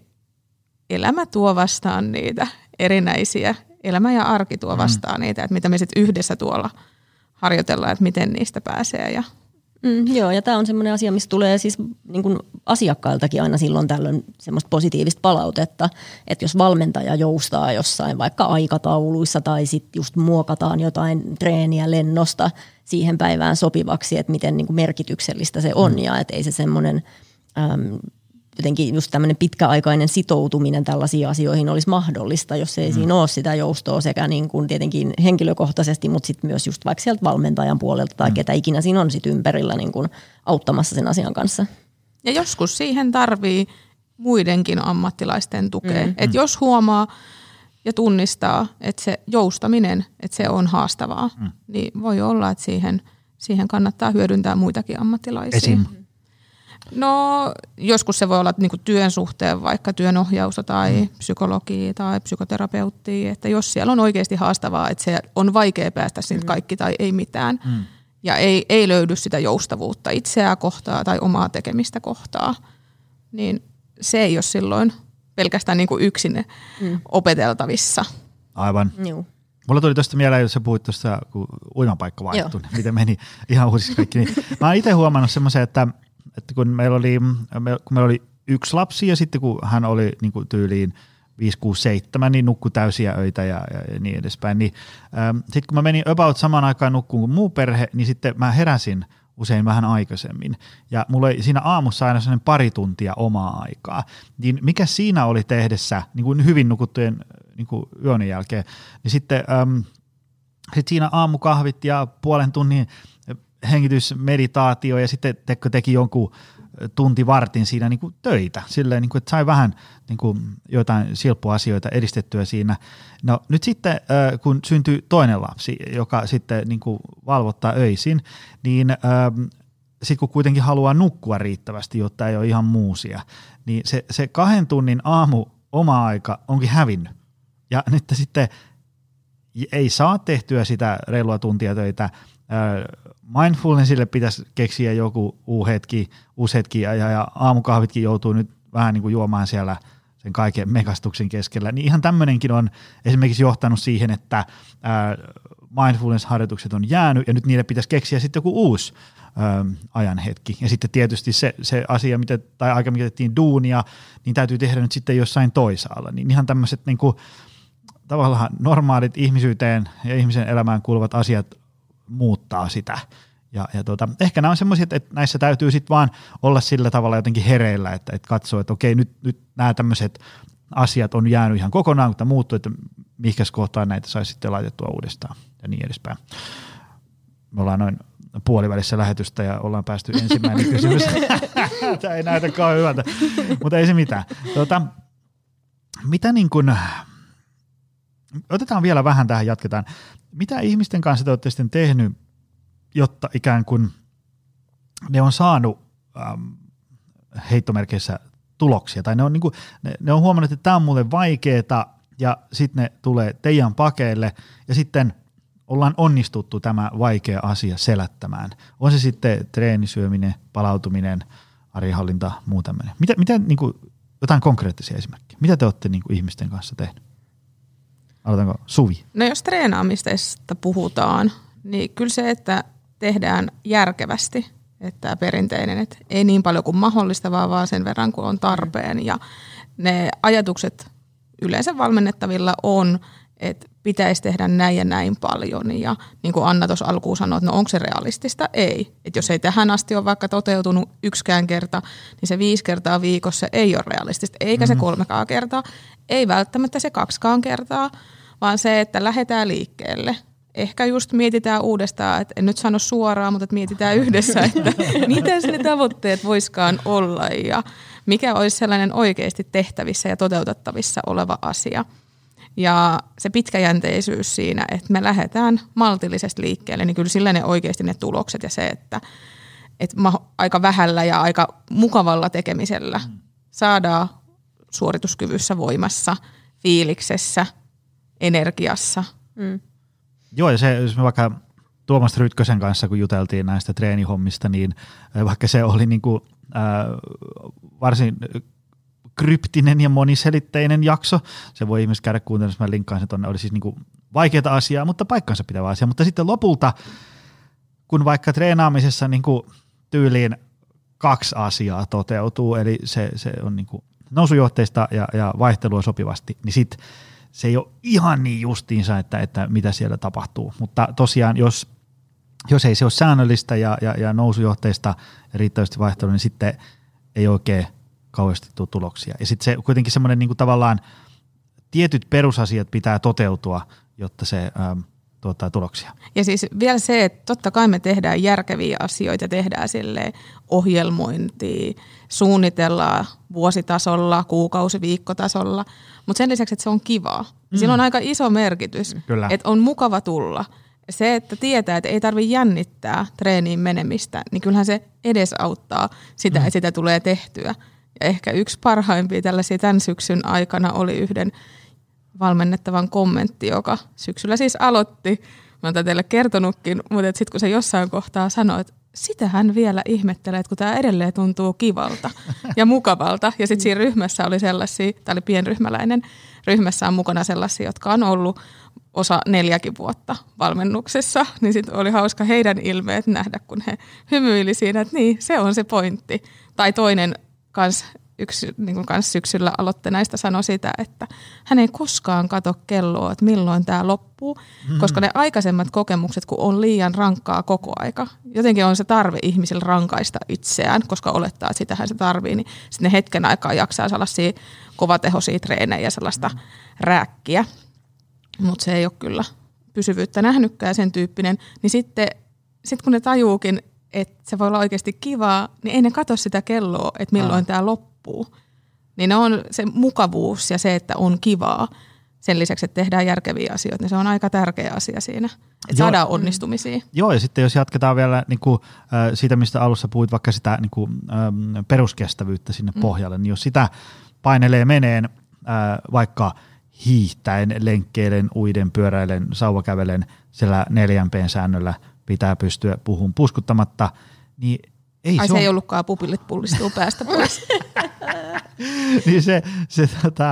Speaker 3: elämä tuo vastaan niitä erinäisiä. Elämä ja arki tuo vastaan mm. niitä, että mitä me sitten yhdessä tuolla harjoitellaan, että miten niistä pääsee. Ja
Speaker 4: Mm, joo, ja tämä on semmoinen asia, missä tulee siis niin kuin asiakkailtakin aina silloin tällöin semmoista positiivista palautetta, että jos valmentaja joustaa jossain vaikka aikatauluissa tai sitten just muokataan jotain treeniä lennosta siihen päivään sopivaksi, että miten niin kuin merkityksellistä se on mm. ja että ei se semmoinen äm, jotenkin just tämmöinen pitkäaikainen sitoutuminen tällaisiin asioihin olisi mahdollista, jos ei mm. siinä ole sitä joustoa sekä niin kuin tietenkin henkilökohtaisesti, mutta sitten myös just vaikka sieltä valmentajan puolelta tai mm. ketä ikinä siinä on sit ympärillä niin kuin auttamassa sen asian kanssa.
Speaker 3: Ja joskus siihen tarvii muidenkin ammattilaisten tukea. Mm. Että jos huomaa ja tunnistaa, että se joustaminen, että se on haastavaa, mm. niin voi olla, että siihen, siihen kannattaa hyödyntää muitakin ammattilaisia.
Speaker 2: Esim.
Speaker 3: No joskus se voi olla niin kuin työn suhteen vaikka työnohjausta tai mm. psykologia tai psykoterapeuttia, että jos siellä on oikeasti haastavaa, että se on vaikea päästä siitä mm. kaikki tai ei mitään mm. ja ei, ei löydy sitä joustavuutta itseään kohtaa tai omaa tekemistä kohtaa, niin se ei ole silloin pelkästään niin kuin yksin mm. opeteltavissa.
Speaker 2: Aivan. Juu. Mulla tuli tuosta mieleen, jos sä puhuit tuosta, kun uimapaikka vaihtui, niin miten meni ihan uusiksi kaikki. Niin mä oon itse huomannut semmoisen, että että kun meillä oli, kun meillä oli yksi lapsi ja sitten kun hän oli niin kuin tyyliin viisi, kuusi, seitsemän, niin nukkui täysiä öitä ja, ja, ja niin edespäin. Niin, ähm, sitten kun mä menin about samaan aikaan nukkuun kuin muu perhe, niin sitten mä heräsin usein vähän aikaisemmin. Ja mulla oli siinä aamussa aina sellainen pari tuntia omaa aikaa. Niin mikä siinä oli tehdessä niin kuin hyvin nukuttujen niin kuin yön jälkeen, niin sitten ähm, sit siinä aamukahvit ja puolen tunnin hengitysmeditaatio ja sitten teko teki jonkun tunti vartin siinä niin kuin töitä, silleen, niin kuin, että sai vähän niin kuin, jotain silppuasioita edistettyä siinä. No nyt sitten, kun syntyy toinen lapsi, joka sitten niin kuin valvottaa öisin, niin sitten kun kuitenkin haluaa nukkua riittävästi, jotta ei ole ihan muusia, niin se, se kahden tunnin aamu oma aika onkin hävinnyt. Ja nyt sitten ei saa tehtyä sitä reilua tuntia töitä. Mindfulnessille pitäisi keksiä joku uusi hetki, uusi hetki ja, ja aamukahvitkin joutuu nyt vähän niin kuin juomaan siellä sen kaiken megastuksen keskellä. Niin ihan tämmöinenkin on esimerkiksi johtanut siihen, että mindfulness-harjoitukset on jäänyt ja nyt niille pitäisi keksiä sitten joku uusi ajanhetki. Ja sitten tietysti se, se asia, mitä, tai aika mikä tehtiin duunia, niin täytyy tehdä nyt sitten jossain toisaalla. Niin ihan tämmöiset niin kuin tavallaan normaalit ihmisyyteen ja ihmisen elämään kuuluvat asiat muuttaa sitä. Ja, ja tuota, ehkä nämä on semmoisia, että näissä täytyy sitten vaan olla sillä tavalla jotenkin hereillä, että, että katsoo, että okei, nyt, nyt nämä tämmöiset asiat on jäänyt ihan kokonaan, mutta muuttuu, että mihinkäs kohtaan näitä saisi sitten laitettua uudestaan ja niin edespäin. Me ollaan noin puolivälissä lähetystä ja ollaan päästy ensimmäinen kysymys. Tämä ei näytä kauan hyvältä, mutta ei se mitään. Tuota, mitä niin kuin, otetaan vielä vähän tähän, jatketaan. Mitä ihmisten kanssa te olette sitten tehnyt, jotta ikään kuin ne on saanut ähm, heittomerkeissä tuloksia, tai ne on, niin kuin, ne, ne on huomannut, että tämä on mulle vaikeeta, ja sitten ne tulee teidän pakeille, ja sitten ollaan onnistuttu tämä vaikea asia selättämään. On se sitten treenisyöminen, palautuminen, arjenhallinta, muu tämmöinen. Mitä, mitä niin kuin, jotain konkreettisia esimerkkejä? Mitä te olette niin kuin ihmisten kanssa tehnyt? Aloitanko Suvi?
Speaker 3: No jos treenaamisesta puhutaan, niin kyllä se, että tehdään järkevästi, että perinteinen, että ei niin paljon kuin mahdollista, vaan, vaan sen verran kuin on tarpeen. Ja ne ajatukset yleensä valmennettavilla on, että pitäisi tehdä näin ja näin paljon. Ja niin kuin Anna tuossa alkuun sanoi, että no onko se realistista? Ei. Että jos ei tähän asti ole vaikka toteutunut yksikään kerta, niin se viisi kertaa viikossa ei ole realistista. Eikä mm-hmm. se kolmekaan kertaa, ei välttämättä se kaksikaan kertaa, vaan se, että lähdetään liikkeelle. Ehkä just mietitään uudestaan, että en nyt sano suoraan, mutta että mietitään yhdessä, että miten ne tavoitteet voiskaan olla ja mikä olisi sellainen oikeasti tehtävissä ja toteutettavissa oleva asia. Ja se pitkäjänteisyys siinä, että me lähdetään maltillisesti liikkeelle, niin kyllä sillä ne oikeasti ne tulokset ja se, että, että aika vähällä ja aika mukavalla tekemisellä saadaan suorituskyvyssä, voimassa, fiiliksessä, energiassa. Mm.
Speaker 2: Joo, ja se, jos me vaikka Tuomas Rytkösen kanssa, kun juteltiin näistä treenihommista, niin vaikka se oli niin kuin, äh, varsin kryptinen ja moniselitteinen jakso, se voi ihmiset käydä kuuntelemaan, mä linkkaan se tuonne, oli siis niin kuin vaikeaa asiaa, mutta paikkansa pitävä asia, mutta sitten lopulta, kun vaikka treenaamisessa niin kuin tyyliin kaksi asiaa toteutuu, eli se, se on niin kuin nousujohteista ja, ja vaihtelua sopivasti, niin sitten se ei ole ihan niin justiinsa, että, että mitä siellä tapahtuu, mutta tosiaan jos, jos ei se ole säännöllistä ja, ja, ja nousujohteista ja riittävästi vaihtelua, niin sitten ei oikein kauheasti tule tuloksia. Ja sitten se kuitenkin semmoinen niin kuin tavallaan tietyt perusasiat pitää toteutua, jotta se ähm, tuottaa tuloksia.
Speaker 3: Ja siis vielä se, että totta kai me tehdään järkeviä asioita, tehdään silleen ohjelmointia, suunnitellaan vuositasolla, kuukausi, viikkotasolla, mutta sen lisäksi, että se on kivaa. Mm. Sillä on aika iso merkitys, Kyllä. että on mukava tulla. Se, että tietää, että ei tarvitse jännittää treeniin menemistä, niin kyllähän se edesauttaa sitä, mm. että sitä tulee tehtyä. Ja ehkä yksi parhaimpia tällaisia tämän syksyn aikana oli yhden valmennettavan kommentti, joka syksyllä siis aloitti. Mä oon teille kertonutkin, mutta sitten kun se jossain kohtaa sanoi, että sitähän vielä ihmettelee, että kun tämä edelleen tuntuu kivalta ja mukavalta. Ja sitten siinä ryhmässä oli sellaisia, tämä oli pienryhmäläinen, ryhmässä on mukana sellaisia, jotka on ollut osa neljäkin vuotta valmennuksessa. Niin sitten oli hauska heidän ilmeet nähdä, kun he hymyili siinä, että niin, se on se pointti. Tai toinen kans, yksi niin kuin kans syksyllä aloittenaista sanoi sitä, että hän ei koskaan kato kelloa, että milloin tämä loppuu, hmm. koska ne aikaisemmat kokemukset, kun on liian rankkaa koko aika, jotenkin on se tarve ihmisillä rankaista itseään, koska olettaa, että sitähän se tarvii, niin sitten ne hetken aikaa jaksaa sellaisia kovatehoisia treenejä ja sellaista hmm. rääkkiä, mutta se ei ole kyllä pysyvyyttä nähnytkään sen tyyppinen, niin sitten sit kun ne tajuukin, että se voi olla oikeasti kivaa, niin ei ne katso sitä kelloa, että milloin ah. tämä loppuu. Niin ne on se mukavuus ja se, että on kivaa. Sen lisäksi, että tehdään järkeviä asioita, niin se on aika tärkeä asia siinä, että Joo. saadaan onnistumisia.
Speaker 2: Joo, ja sitten jos jatketaan vielä niin kuin, äh, siitä, mistä alussa puhuit, vaikka sitä niin kuin, ähm, peruskestävyyttä sinne mm. pohjalle, niin jos sitä painelee meneen äh, vaikka hiihtäen, lenkkeilen, uiden, pyöräilen, sauvakävelen, siellä neljän P:n säännöllä pitää pystyä puhumaan puskuttamatta, niin ei
Speaker 3: Ai
Speaker 2: se,
Speaker 3: se
Speaker 2: on...
Speaker 3: ei ollutkaan pupillit pullistuu päästä pois.
Speaker 2: niin se, se tota,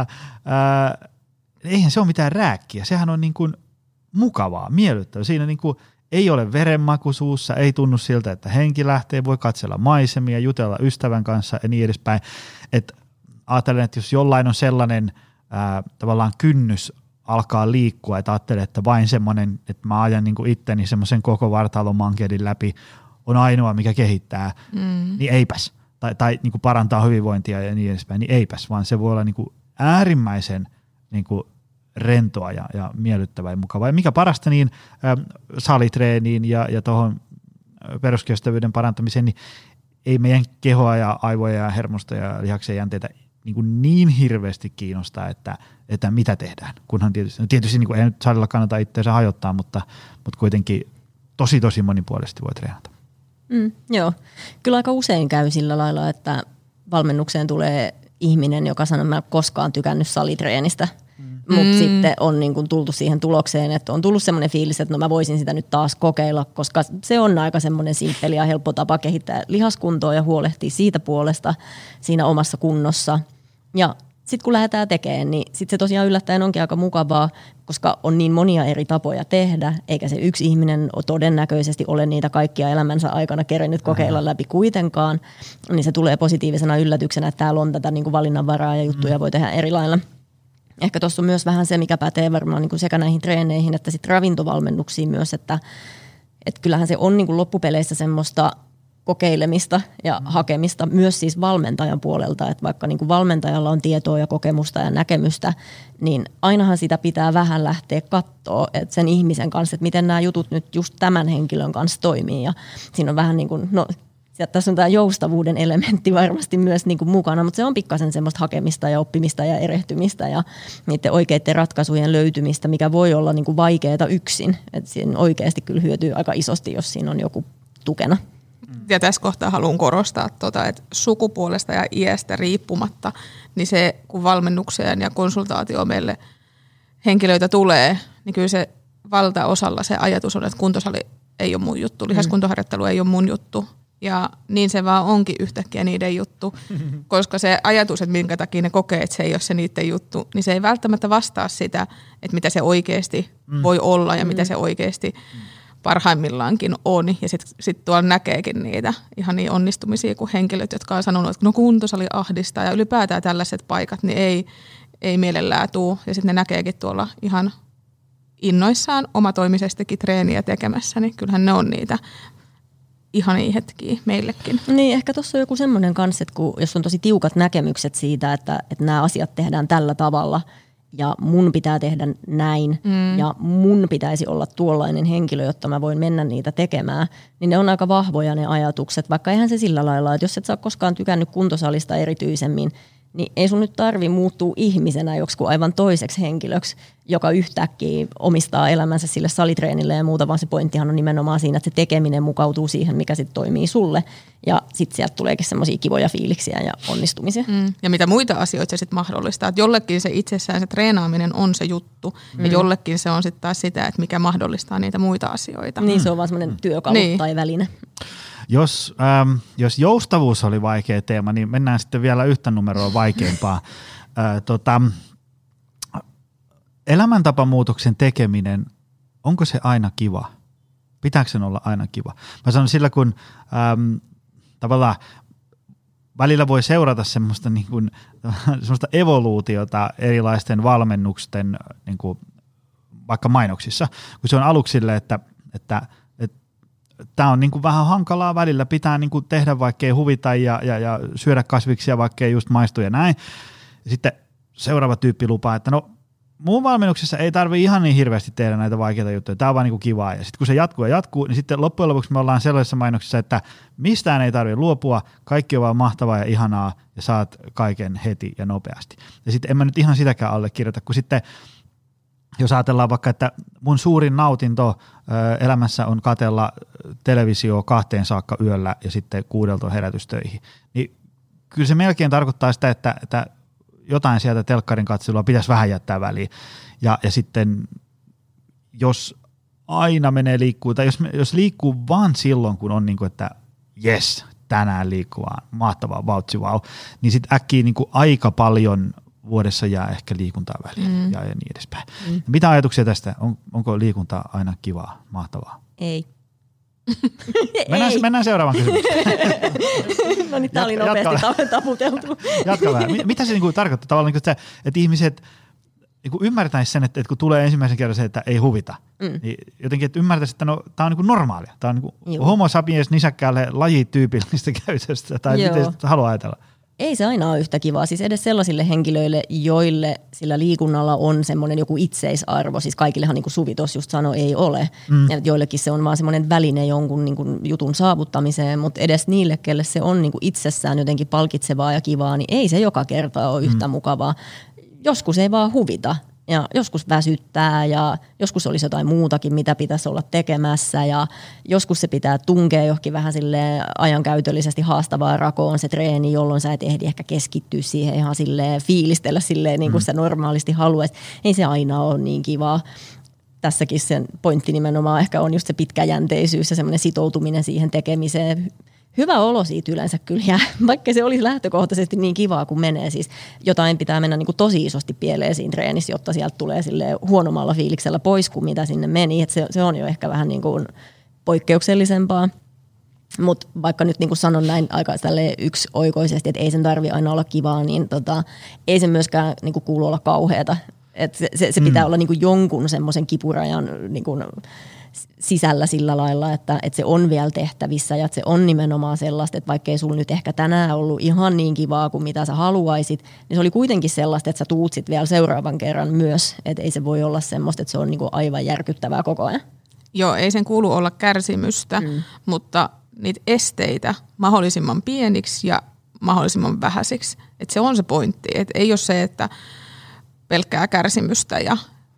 Speaker 2: äh, eihän se ole mitään rääkkiä, sehän on niin kuin mukavaa, miellyttävää. Siinä niin kuin ei ole verenmaku suussa, ei tunnu siltä, että henki lähtee, voi katsella maisemia, jutella ystävän kanssa ja niin edespäin. Et ajattelen, että jos jollain on sellainen ää, tavallaan kynnys alkaa liikkua, että ajattelee, että vain semmoinen, että mä ajan niin kuin itteni semmoisen koko vartalon mankedin läpi, on ainoa, mikä kehittää, mm. niin eipäs. Tai, tai niin kuin parantaa hyvinvointia ja niin edespäin, niin eipäs, vaan se voi olla niin kuin äärimmäisen niin kuin rentoa ja, ja miellyttävää ja mukavaa. Ja mikä parasta, niin ä, salitreeniin ja, ja tuohon peruskestävyyden parantamiseen, niin ei meidän kehoa ja aivoja ja hermosta ja lihaksen jänteitä niin, kuin niin hirveästi kiinnostaa, että, että mitä tehdään. Kunhan tietysti, no tietysti niin kuin ei nyt salilla kannata itseänsä hajottaa, mutta, mutta kuitenkin tosi tosi monipuolisesti voi treenata.
Speaker 4: Mm, joo, kyllä aika usein käy sillä lailla, että valmennukseen tulee ihminen, joka sanoo, että mä en koskaan tykännyt salitreenistä, mm. mutta sitten on niin kuin tultu siihen tulokseen, että on tullut semmoinen fiilis, että no mä voisin sitä nyt taas kokeilla, koska se on aika semmoinen simppeli ja helppo tapa kehittää lihaskuntoa ja huolehtia siitä puolesta siinä omassa kunnossa. Ja sitten kun lähdetään tekemään, niin sitten se tosiaan yllättäen onkin aika mukavaa, koska on niin monia eri tapoja tehdä, eikä se yksi ihminen todennäköisesti ole niitä kaikkia elämänsä aikana kerennyt kokeilla läpi kuitenkaan, niin se tulee positiivisena yllätyksenä, että täällä on tätä niin kuin valinnanvaraa ja juttuja voi tehdä eri lailla. Ehkä tuossa on myös vähän se, mikä pätee varmaan niin kuin sekä näihin treeneihin että sitten ravintovalmennuksiin myös, että, että kyllähän se on niin kuin loppupeleissä semmoista kokeilemista ja mm. hakemista myös siis valmentajan puolelta, että vaikka niin kuin valmentajalla on tietoa ja kokemusta ja näkemystä, niin ainahan sitä pitää vähän lähteä katsoa, että sen ihmisen kanssa, että miten nämä jutut nyt just tämän henkilön kanssa toimii ja siinä on vähän niin kuin, no tässä on tämä joustavuuden elementti varmasti myös niin kuin mukana, mutta se on pikkasen semmoista hakemista ja oppimista ja erehtymistä ja niiden oikeiden ratkaisujen löytymistä, mikä voi olla niin kuin vaikeaa yksin, että siinä oikeasti kyllä hyötyy aika isosti, jos siinä on joku tukena.
Speaker 3: Ja tässä kohtaa haluan korostaa, tuota, että sukupuolesta ja iästä riippumatta, niin se kun valmennukseen ja konsultaatioon meille henkilöitä tulee, niin kyllä se valtaosalla se ajatus on, että kuntosali ei ole mun juttu, lihaskuntoharjoittelu ei ole mun juttu. Ja niin se vaan onkin yhtäkkiä niiden juttu, koska se ajatus, että minkä takia ne kokee, että se ei ole se niiden juttu, niin se ei välttämättä vastaa sitä, että mitä se oikeasti mm. voi olla ja mm. mitä se oikeasti mm. parhaimmillaankin on. Ja sitten sit tuolla näkeekin niitä ihan niin onnistumisia kuin henkilöt, jotka on sanonut, että no kuntosali ahdistaa ja ylipäätään tällaiset paikat, niin ei, ei mielellään tule. Ja sitten ne näkeekin tuolla ihan innoissaan omatoimisestikin treeniä tekemässä, niin kyllähän ne on niitä ihania hetkiä meillekin.
Speaker 4: Niin, ehkä tuossa on joku semmoinen kanssa, että kun, jos on tosi tiukat näkemykset siitä, että, että nämä asiat tehdään tällä tavalla ja mun pitää tehdä näin mm. ja mun pitäisi olla tuollainen henkilö, jotta mä voin mennä niitä tekemään, niin ne on aika vahvoja ne ajatukset, vaikka eihän se sillä lailla, että jos et sä ole koskaan tykännyt kuntosalista erityisemmin, niin ei sun nyt tarvi muuttua ihmisenä joksikin aivan toiseksi henkilöksi, joka yhtäkkiä omistaa elämänsä sille salitreenille ja muuta, vaan se pointtihan on nimenomaan siinä, että se tekeminen mukautuu siihen, mikä sitten toimii sulle. Ja sitten sieltä tuleekin semmoisia kivoja fiiliksiä ja onnistumisia.
Speaker 3: Mm. Ja mitä muita asioita se sitten mahdollistaa. Että jollekin se itsessään se treenaaminen on se juttu mm. ja jollekin se on sitten taas sitä, että mikä mahdollistaa niitä muita asioita.
Speaker 4: Niin, se on vaan semmoinen työkalu niin. tai väline.
Speaker 2: Jos, ähm, jos joustavuus oli vaikea teema, niin mennään sitten vielä yhtä numeroa vaikeampaa. äh, tota, elämäntapamuutoksen tekeminen, onko se aina kiva? Pitääkö sen olla aina kiva? Mä sanon sillä, kun ähm, tavallaan välillä voi seurata semmoista, niin kuin, semmoista evoluutiota erilaisten valmennusten niin kuin, vaikka mainoksissa, kun se on aluksi sille, että, että tämä on niinku vähän hankalaa välillä, pitää niinku tehdä vaikka ei huvita ja, ja, ja syödä kasviksia vaikka ei just maistu ja näin. Ja sitten seuraava tyyppi lupaa, että no mun valmennuksessa ei tarvitse ihan niin hirveästi tehdä näitä vaikeita juttuja. Tämä on vaan niin kuin kivaa. Ja sitten kun se jatkuu ja jatkuu, niin sitten loppujen lopuksi me ollaan sellaisessa mainoksessa, että mistään ei tarvitse luopua, kaikki on vaan mahtavaa ja ihanaa ja saat kaiken heti ja nopeasti. Ja sitten en mä nyt ihan sitäkään allekirjoita, kun sitten jos ajatellaan vaikka, että mun suurin nautinto ö, elämässä on katsella televisio kahteen saakka yöllä ja sitten kuudelta herätystöihin, niin kyllä se melkein tarkoittaa sitä, että, että jotain sieltä telkkarin katselua pitäisi vähän jättää väliin. Ja, ja sitten jos aina menee liikkuu, tai jos, jos liikkuu vaan silloin, kun on niin kuin, että jes, tänään liikkuu vaan, mahtavaa, vautsi vau, niin sitten äkkiä niin kuin aika paljon vuodessa jää ehkä liikuntaa väliin mm. ja, ja niin edespäin. Mm. Mitä ajatuksia tästä? On, onko liikunta aina kivaa, mahtavaa?
Speaker 4: Ei.
Speaker 2: mennään, mennään seuraavaan kysymykseen.
Speaker 4: No niin, tämä oli nopeasti taputeltu.
Speaker 2: Jatka vähän. Mitä se niinku tarkoittaa tavallaan, että, että ihmiset niinku ymmärtäisivät sen, että, että kun tulee ensimmäisen kerran se, että ei huvita, mm. niin jotenkin, että ymmärtäisivät, että no, tämä on niinku normaalia. Tämä on niinku homo sapiens nisäkkäälle lajityypillistä käytöstä, tai Joo. miten sitä haluaa ajatella.
Speaker 4: Ei se aina ole yhtä kivaa. Siis edes sellaisille henkilöille, joille sillä liikunnalla on semmoinen joku itseisarvo. Siis kaikillehan, niin kuin Suvi tuossa just sanoi, ei ole. Mm. Ja joillekin se on vaan semmoinen väline jonkun niin kuin jutun saavuttamiseen. Mutta edes niille, kelle se on niin kuin itsessään jotenkin palkitsevaa ja kivaa, niin ei se joka kerta ole yhtä mm. mukavaa. Joskus ei vaan huvita. Ja joskus väsyttää ja joskus olisi jotain muutakin, mitä pitäisi olla tekemässä ja joskus se pitää tunkea johonkin vähän silleen ajankäytöllisesti haastavaa rakoon se treeni, jolloin sä et ehdi ehkä keskittyä siihen ihan silleen fiilistellä silleen niin kuin mm. sä normaalisti haluaisit. Ei se aina ole niin kivaa. Tässäkin sen pointti nimenomaan ehkä on just se pitkäjänteisyys ja semmoinen sitoutuminen siihen tekemiseen. Hyvä olo siitä yleensä kyllä jää, vaikka se olisi lähtökohtaisesti niin kivaa kuin menee. Siis jotain pitää mennä niin kuin tosi isosti pieleen siinä treenissä, jotta sieltä tulee huonommalla fiiliksellä pois kuin mitä sinne meni. Et se, se on jo ehkä vähän niin kuin poikkeuksellisempaa. Mutta vaikka nyt niin kuin sanon näin aika yksioikoisesti, että ei sen tarvitse aina olla kivaa, niin tota, ei sen myöskään niin kuin kuulu olla kauheata. Et se, se, se pitää mm. olla niin kuin jonkun semmoisen kipurajan niin kuin sisällä sillä lailla, että, että se on vielä tehtävissä ja että se on nimenomaan sellaista, että vaikka ei sulla nyt ehkä tänään ollut ihan niin kivaa kuin mitä sä haluaisit, niin se oli kuitenkin sellaista, että sä tuut sit vielä seuraavan kerran myös, että ei se voi olla semmoista, että se on niinku aivan järkyttävää koko ajan.
Speaker 3: Joo, ei sen kuulu olla kärsimystä, mm. mutta niitä esteitä mahdollisimman pieniksi ja mahdollisimman vähäisiksi. Että se on se pointti, että ei ole se, että pelkkää kärsimystä ja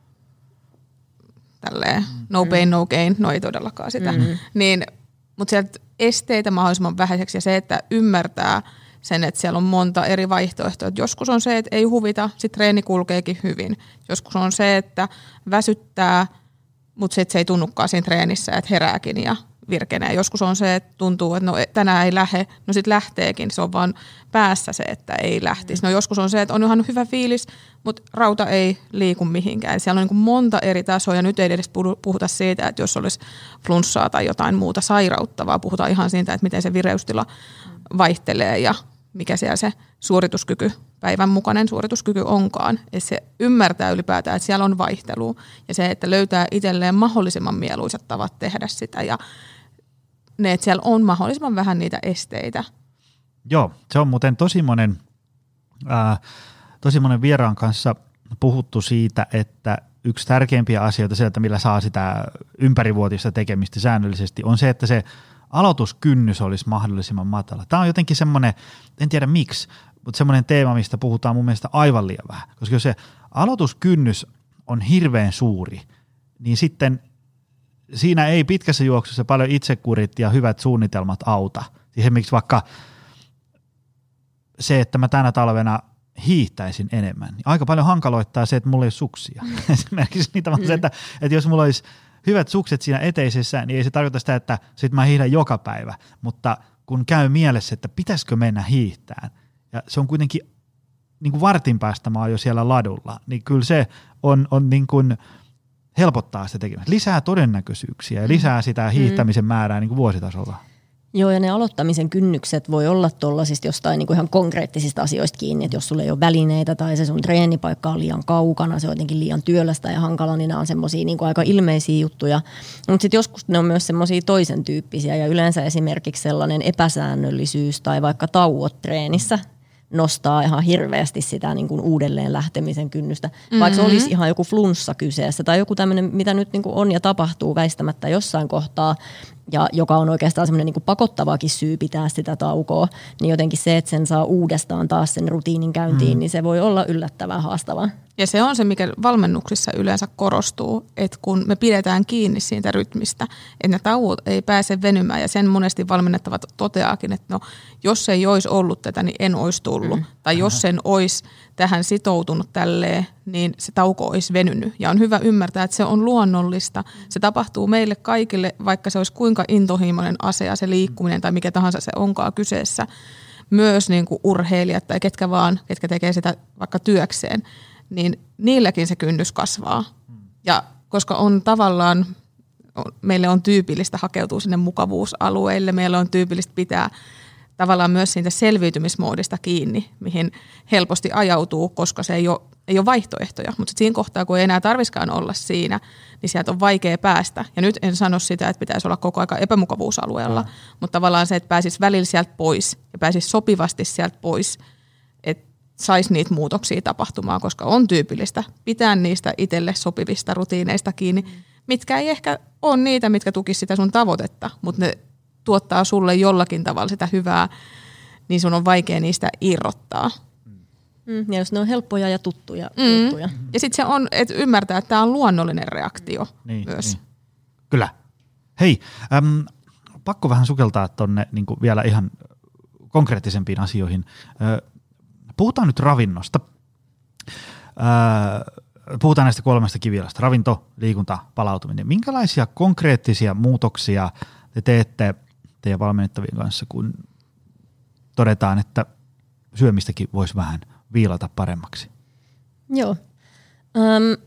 Speaker 3: tälleen no pain, no gain, no ei todellakaan sitä. Mm-hmm. Niin, mutta sieltä esteitä mahdollisimman vähäiseksi ja se, että ymmärtää sen, että siellä on monta eri vaihtoehtoa. Et joskus on se, että ei huvita, sitten treeni kulkeekin hyvin. Joskus on se, että väsyttää, mutta sitten se ei tunnukaan siinä treenissä, että herääkin ja virkenee. Joskus on se, että tuntuu, että no tänään ei lähde, no sitten lähteekin. Se on vaan päässä se, että ei lähtisi. No joskus on se, että on ihan hyvä fiilis, mutta rauta ei liiku mihinkään. Siellä on niin kuin monta eri tasoa ja nyt ei edes puhuta siitä, että jos olisi flunssaa tai jotain muuta sairautta, vaan puhutaan ihan siitä, että miten se vireystila vaihtelee ja mikä siellä se suorituskyky, päivän mukainen suorituskyky onkaan. Et se ymmärtää ylipäätään, että siellä on vaihtelua ja se, että löytää itselleen mahdollisimman mieluisat tavat tehdä sitä ja ne, että siellä on mahdollisimman vähän niitä esteitä.
Speaker 2: Joo, se on muuten tosi monen, ää, tosi monen vieraan kanssa puhuttu siitä, että yksi tärkeimpiä asioita sieltä, millä saa sitä ympärivuotista tekemistä säännöllisesti, on se, että se aloituskynnys olisi mahdollisimman matala. Tämä on jotenkin semmoinen, en tiedä miksi, mutta semmoinen teema, mistä puhutaan mun mielestä aivan liian vähän. Koska jos se aloituskynnys on hirveän suuri, niin sitten siinä ei pitkässä juoksussa paljon itsekurit ja hyvät suunnitelmat auta. Esimerkiksi vaikka se, että mä tänä talvena hiihtäisin enemmän, niin aika paljon hankaloittaa se, että mulla ei ole suksia. Esimerkiksi niitä vaan se, että, että jos mulla olisi hyvät sukset siinä eteisessä, niin ei se tarkoita sitä, että sit mä hiihdän joka päivä, mutta kun käy mielessä, että pitäisikö mennä hiihtään, ja se on kuitenkin niin kuin vartin päästä mä oon jo siellä ladulla, niin kyllä se on, on niin kuin helpottaa sitä tekemistä. Lisää todennäköisyyksiä ja lisää sitä hiihtämisen määrää niin kuin vuositasolla.
Speaker 4: Joo, ja ne aloittamisen kynnykset voi olla tuollaisista jostain niin kuin ihan konkreettisista asioista kiinni, että jos sulla ei ole välineitä tai se sun treenipaikka on liian kaukana, se on jotenkin liian työlästä ja hankala, niin nämä on semmoisia niin kuin aika ilmeisiä juttuja. Mutta sitten joskus ne on myös semmoisia toisen tyyppisiä ja yleensä esimerkiksi sellainen epäsäännöllisyys tai vaikka tauot treenissä nostaa ihan hirveästi sitä niin kuin uudelleen lähtemisen kynnystä. Mm-hmm. Vaikka se olisi ihan joku flunssa kyseessä tai joku tämmöinen, mitä nyt niin kuin on ja tapahtuu väistämättä jossain kohtaa, ja joka on oikeastaan semmoinen niin kuin pakottavakin syy pitää sitä taukoa, niin jotenkin se, että sen saa uudestaan taas sen rutiinin käyntiin, mm. niin se voi olla yllättävän haastavaa.
Speaker 3: Ja se on se, mikä valmennuksissa yleensä korostuu, että kun me pidetään kiinni siitä rytmistä, että ne tauot ei pääse venymään, ja sen monesti valmennettavat toteaakin, että no, jos ei olisi ollut tätä, niin en olisi tullut. Mm. Tai jos en olisi tähän sitoutunut tälleen, niin se tauko olisi venynyt. Ja on hyvä ymmärtää, että se on luonnollista. Se tapahtuu meille kaikille, vaikka se olisi kuinka intohimoinen asia, se liikkuminen tai mikä tahansa se onkaan kyseessä. Myös niin kuin urheilijat tai ketkä vaan, ketkä tekee sitä vaikka työkseen, niin niilläkin se kynnys kasvaa. Ja koska on tavallaan, meille on tyypillistä hakeutua sinne mukavuusalueille, meillä on tyypillistä pitää tavallaan myös siitä selviytymismoodista kiinni, mihin helposti ajautuu, koska se ei ole, ei ole vaihtoehtoja. Mutta siinä kohtaa, kun ei enää tarviskaan olla siinä, niin sieltä on vaikea päästä. Ja nyt en sano sitä, että pitäisi olla koko aika epämukavuusalueella, mm. mutta tavallaan se, että pääsisi välillä sieltä pois ja pääsisi sopivasti sieltä pois, että saisi niitä muutoksia tapahtumaan, koska on tyypillistä pitää niistä itselle sopivista rutiineista kiinni, mm. mitkä ei ehkä ole niitä, mitkä tukisivat sitä sun tavoitetta, mutta ne tuottaa sulle jollakin tavalla sitä hyvää, niin sun on vaikea niistä irrottaa.
Speaker 4: Mm, ja jos ne on helppoja ja tuttuja
Speaker 3: mm.
Speaker 4: juttuja.
Speaker 3: Ja sitten se on, että ymmärtää, että tämä on luonnollinen reaktio niin, myös. Niin.
Speaker 2: Kyllä. Hei, äm, pakko vähän sukeltaa tuonne niin vielä ihan konkreettisempiin asioihin. Äh, puhutaan nyt ravinnosta. Äh, puhutaan näistä kolmesta kivijalasta. Ravinto, liikunta, palautuminen. Minkälaisia konkreettisia muutoksia te teette teidän valmennettavien kanssa, kun todetaan, että syömistäkin voisi vähän viilata paremmaksi?
Speaker 4: Joo. Öm,